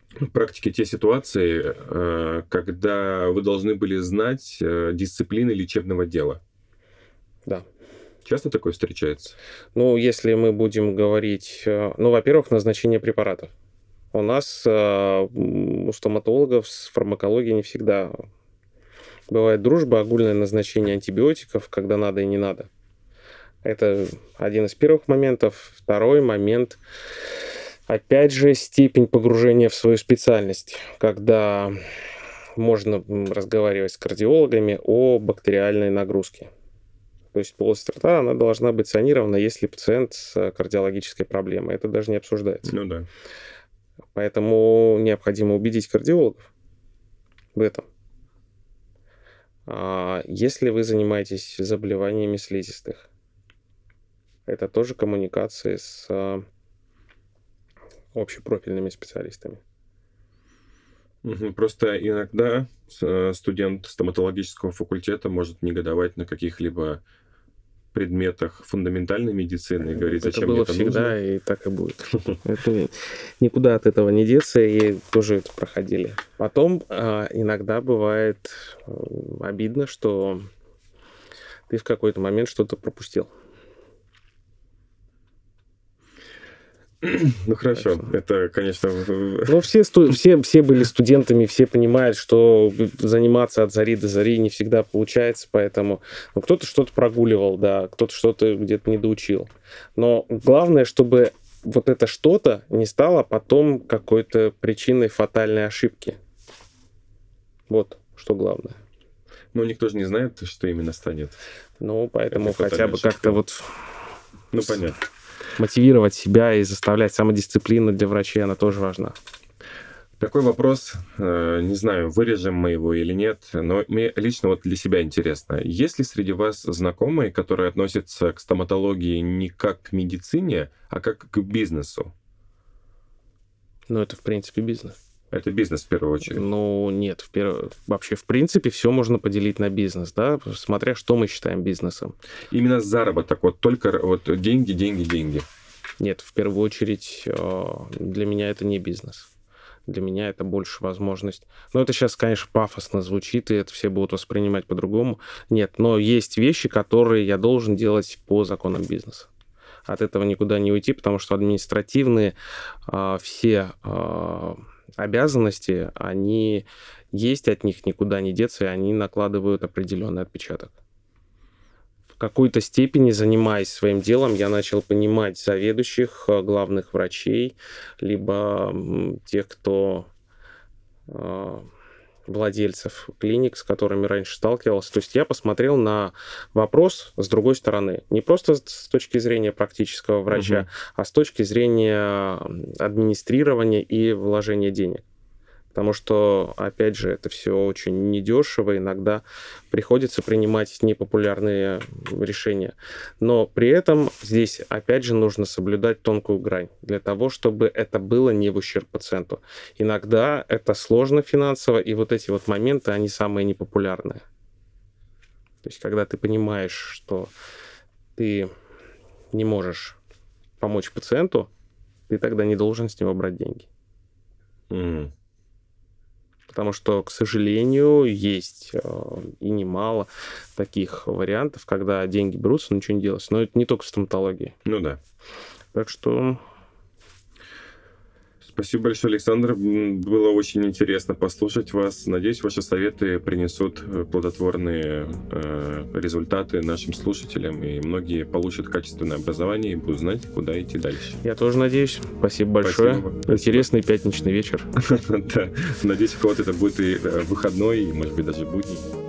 A: В практике те ситуации, когда вы должны были знать дисциплины лечебного дела.
B: Да.
A: Часто такое встречается?
B: Ну, если мы будем говорить... Ну, во-первых, назначение препаратов. У нас, у стоматологов, с фармакологией не всегда бывает дружба, огульное назначение антибиотиков, когда надо и не надо. Это один из первых моментов. Второй момент, опять же, степень погружения в свою специальность, когда можно разговаривать с кардиологами о бактериальной нагрузке. То есть полость рта, она должна быть санирована, если пациент с кардиологической проблемой. Это даже не обсуждается.
A: Ну да.
B: Поэтому необходимо убедить кардиологов в этом. А если вы занимаетесь заболеваниями слизистых, это тоже коммуникации с общепрофильными специалистами.
A: Просто иногда студент стоматологического факультета может негодовать на каких-либо предметах фундаментальной медицины и говорить, зачем
B: это было
A: мне это
B: всегда,
A: нужно.
B: И так и будет. Это никуда от этого не деться, и тоже это проходили. Потом иногда бывает обидно, что ты в какой-то момент что-то пропустил.
A: Ну хорошо, что... это, конечно...
B: Ну, все, сту... все, все были студентами, все понимают, что заниматься от зари до зари не всегда получается, поэтому ну, кто-то что-то прогуливал, да, кто-то что-то где-то недоучил. Но главное, чтобы вот это что-то не стало потом какой-то причиной фатальной ошибки. Вот что главное.
A: Ну, никто же не знает, что именно станет.
B: Ну, поэтому хотя бы ошибка. Как-то вот...
A: Ну, понятно.
B: Мотивировать себя и заставлять самодисциплину для врачей, она тоже важна.
A: Такой вопрос, не знаю, вырежем мы его или нет, но мне лично вот для себя интересно. Есть ли среди вас знакомые, которые относятся к стоматологии не как к медицине, а как к бизнесу?
B: Ну, это, в принципе, бизнес.
A: Это бизнес в первую очередь.
B: Ну, нет, в перв... вообще, в принципе, все можно поделить на бизнес, да, смотря что мы считаем бизнесом.
A: Именно заработок, вот только вот деньги, деньги, деньги.
B: Нет, в первую очередь, для меня это не бизнес. Для меня это больше возможность... Ну, это сейчас, конечно, пафосно звучит, и это все будут воспринимать по-другому. Нет, но есть вещи, которые я должен делать по законам бизнеса. От этого никуда не уйти, потому что административные все... обязанности, они есть, от них никуда не деться, и они накладывают определенный отпечаток. В какой-то степени, занимаясь своим делом, я начал понимать заведующих, главных врачей, либо тех, кто владельцев клиник, с которыми раньше сталкивался. То есть я посмотрел на вопрос с другой стороны. Не просто с точки зрения практического врача, угу. а с точки зрения администрирования и вложения денег. Потому что, опять же, это все очень недешево, иногда приходится принимать непопулярные решения. Но при этом здесь, опять же, нужно соблюдать тонкую грань для того, чтобы это было не в ущерб пациенту. Иногда это сложно финансово, и вот эти вот моменты, они самые непопулярные. То есть, когда ты понимаешь, что ты не можешь помочь пациенту, ты тогда не должен с него брать деньги.
A: Mm.
B: Потому что, к сожалению, есть и немало таких вариантов, когда деньги берутся, но ничего не делается. Но это не только в стоматологии.
A: Ну да.
B: Так что...
A: Спасибо большое, Александр. Было очень интересно послушать вас. Надеюсь, ваши советы принесут плодотворные э, результаты нашим слушателям, и многие получат качественное образование и будут знать, куда идти дальше.
B: Я тоже надеюсь. Спасибо большое. Спасибо. Интересный пятничный вечер.
A: Надеюсь, у кого-то это будет и выходной, и, может быть, даже будний.